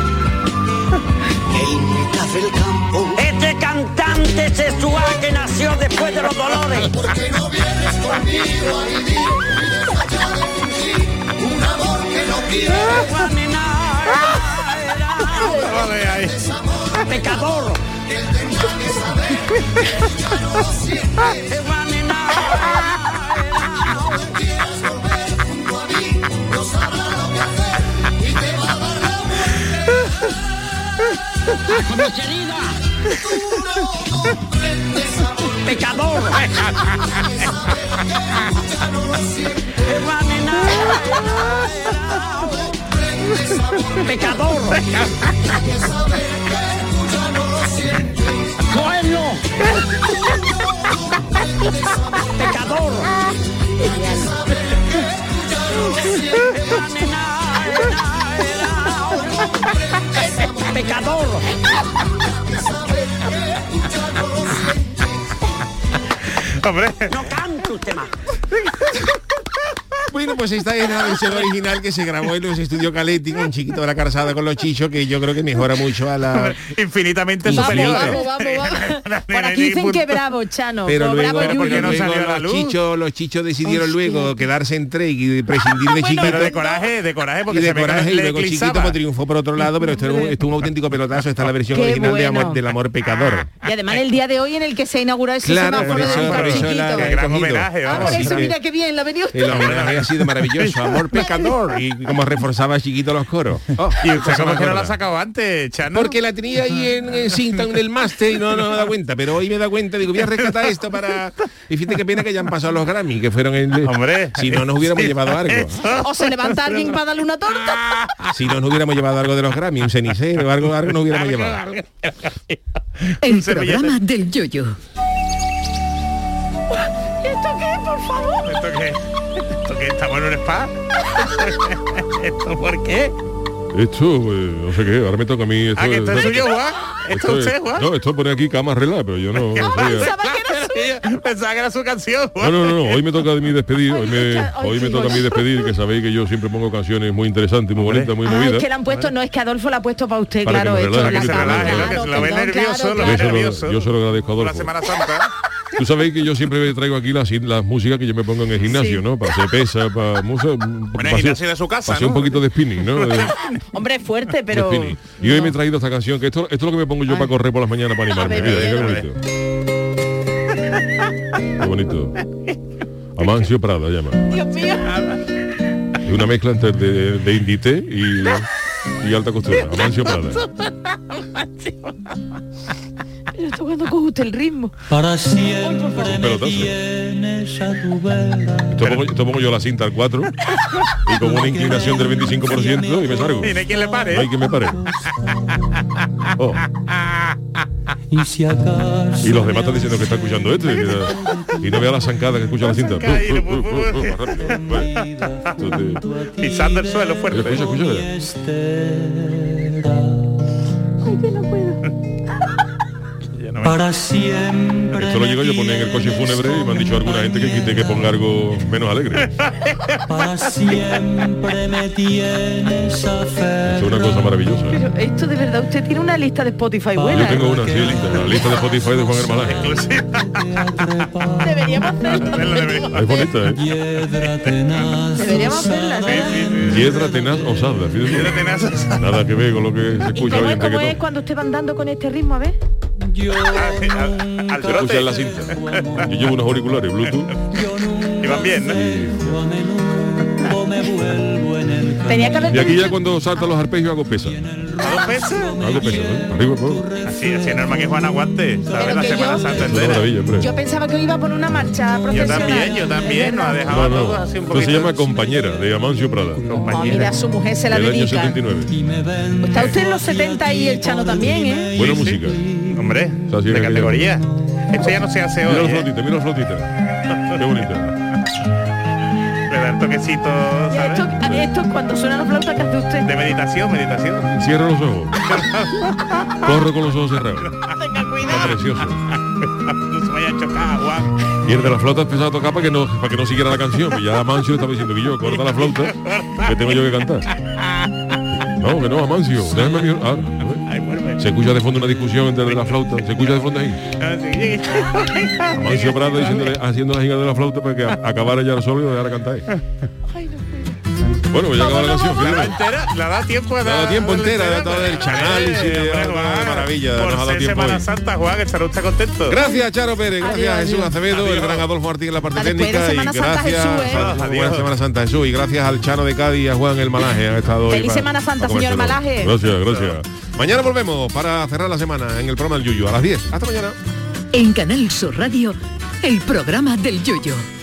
en mitad del campo. Este cantante sexual que nació después de los dolores. ¿Por qué no vienes conmigo a vivir y deja ya de fingir un amor que no quiere? Pecador. Que él tendrá que saber que ya no lo sientes. Cuando quieras volver junto a mí, no sabrá lo que hacer y te va a dar la muerte. Con mis heridas. Tú no comprendes, amor. Pecador. Ya no lo sientes. Pecador. Que saber que tú ya no lo sientes. Coelho. Pecador. Pecador. Hombre. No canto usted más. Bueno, pues esta es la versión original que se grabó en los estudios Caletti con Chiquito de la Calzada con los Chichos, que yo creo que mejora mucho a la... Infinitamente Vamos, superior. vamos. Por aquí dicen que bravo, Chano. Pero luego, bravo, ¿por qué no luego salió a la luz? los chichos decidieron Hostia. luego quedarse en tres y prescindir de Chiquito. Pero de coraje, porque Y de se ve que coraje, y le luego Chiquito eclipsaba. pues, triunfó por otro lado, pero esto es un auténtico pelotazo. Esta es la versión Qué original de bueno. del amor pecador. Y además el día de hoy en el que se inauguró ese Claro, semáforo de por eso Chiquito. la Qué he gran cogido. homenaje, vamos. Por Así eso que mira qué bien la venía el usted. homenaje ha sido maravilloso. Amor pecador. Y como reforzaba Chiquito los coros. Oh, ¿Y usted se me cómo que no la acuerda. ha sacado antes, Chano? Porque la tenía ahí en cinta en el máster y no me da cuenta, pero hoy me da cuenta, digo, voy a rescatar esto para... Y fíjate qué pena que ya han pasado los Grammy, que fueron en... Hombre. Si no nos hubiéramos llevado algo. O se levanta alguien para darle una torta. Si no nos hubiéramos llevado algo de los Grammy, un cenicero, algo nos hubiéramos llevado. El programa del Yoyo. ¿Y esto qué, por favor? ¿Esto qué? ¿Esto qué? ¿Estamos en un spa? ¿Esto por qué? Esto, no sé qué, ahora me toca a mí... Ah, que esto es suyo, Juan. ¿Esto es usted, Juan? No, esto pone aquí cama relá, pero yo no... Pensaba que era su canción, Juan. No, hoy me toca de mí despedir, hoy me toca a mí despedir, que sabéis que yo siempre pongo canciones muy interesantes, muy bonitas, muy Ah, es movidas. que le han puesto, no es que Adolfo la ha puesto para usted, Para que claro, me esto relaje, en que la se cama, relaje, que se lo ve perdón, nervioso, lo ve claro. nervioso. Yo se lo agradezco a Por la Adolfo. Semana Santa. Tú sabéis que yo siempre traigo aquí las músicas que yo me pongo en el gimnasio, Sí. ¿no? Para hacer pesa, para el gimnasio de su casa, hacer un ¿no? poquito de spinning, ¿no? Hombre, es fuerte, De pero... spinning. Y hoy me he traído esta canción, que esto es lo que me pongo yo para correr por las mañanas para animarme. A ver, Mira, qué bonito. Qué bonito. Amancio Prada llama. Dios mío. Es una mezcla entre de Indité y alta costura. Amancio Prada. Pero esto cuando coge usted el ritmo. Para siempre me Pelotazo. tienes a tu vera. Esto pongo yo la cinta al 4 y con una inclinación del 25% y me salgo. Y no hay quien le pare. No hay quien me pare. Oh. Y si acaso Y los demás están diciendo que está escuchando esto y no vea la zancada que escucha la cinta. Pisando el suelo fuerte. Escucha. Ay, que no puedo. para siempre. Esto lo llego yo a poner en el coche fúnebre y me han dicho alguna gente que ponga algo menos alegre. Para siempre me tienes a fe. Es una cosa maravillosa. Pero esto de verdad, usted tiene una lista de Spotify buena. Yo tengo una, sí, la lista de Spotify de Juan Hermalaje. Deberíamos hacerla. Es bonita, ¿eh? Deberíamos hacerla. Piedra tenaz osada. Fíjate. Nada que ver con lo que se ¿Y escucha cómo, hoy en cómo es reggaetón. cuando usted va andando con este ritmo? A ver. Al Escucha en la cinta. Yo llevo unos auriculares Bluetooth. Y van bien, ¿no? vuelvo en el Tenía que haber Y aquí dicho- ya cuando saltan los arpegios hago pesa. ¿Dos veces? Hago pesa, ¿no? Arriba, pues. Así es normal que Juan aguante, ¿sabes? Pero La que Semana yo- Santa Una entera. maravilla, hombre. Yo pensaba que iba por una marcha Yo profesional. también, nos ha dejado No, a todos no. así un Esto poquito. se llama Compañera, de Amancio Prada. Oh, mira, su mujer se la Del año dedica. 79. Está usted en los 70 y el Chano también, ¿eh? Buena música. Hombre, sea, sí, de aquella- categoría. Esto ya no se hace Mira hoy, la ¿eh? flotita, mira la flotita. Qué bonita. Le da el toquecito, ¿sabes? Esto es cuando suena la flauta que hace usted. De meditación. Cierra los ojos. Corre con los ojos cerrados. Tenga cuidado. Está precioso. No se vaya a chocar, Juan. Y el de la flauta empezó a tocar para que no siguiera la canción. Pues ya Amancio estaba diciendo que yo corta la flauta, que tengo yo que cantar. No, que no, Amancio, déjame a mí. Ah, se escucha de fondo una discusión entre el de la flauta. Se escucha de fondo ahí. Amancio Prada diciéndole, haciendo la giga de la flauta para que acabara ya solo y lo dejara cantar. Bueno, pues ya acaba la canción. La da fíjate. entera, la da tiempo a La da tiempo entera, de todo el análisis, Hombre, de Juan, maravilla, por nos ha dado ser tiempo Semana hoy. Santa, Juan, que estará usted contento. Gracias, Charo Pérez, gracias Adiós, Jesús adiós. Acevedo, el Adiós. gran Adolfo Martín en la parte Después de técnica y Semana Santa, gracias, Jesús, ¿eh? buena Adiós. Semana Santa Jesús y gracias al Chano de Cádiz y a Juan el Malaje han estado hoy Feliz para- Semana Santa, para señor comérselo. Malaje. Gracias. Mañana volvemos para cerrar la semana en el programa del Yuyu a las 10. Hasta mañana. En Canal Sur Radio, el programa del Yoyo.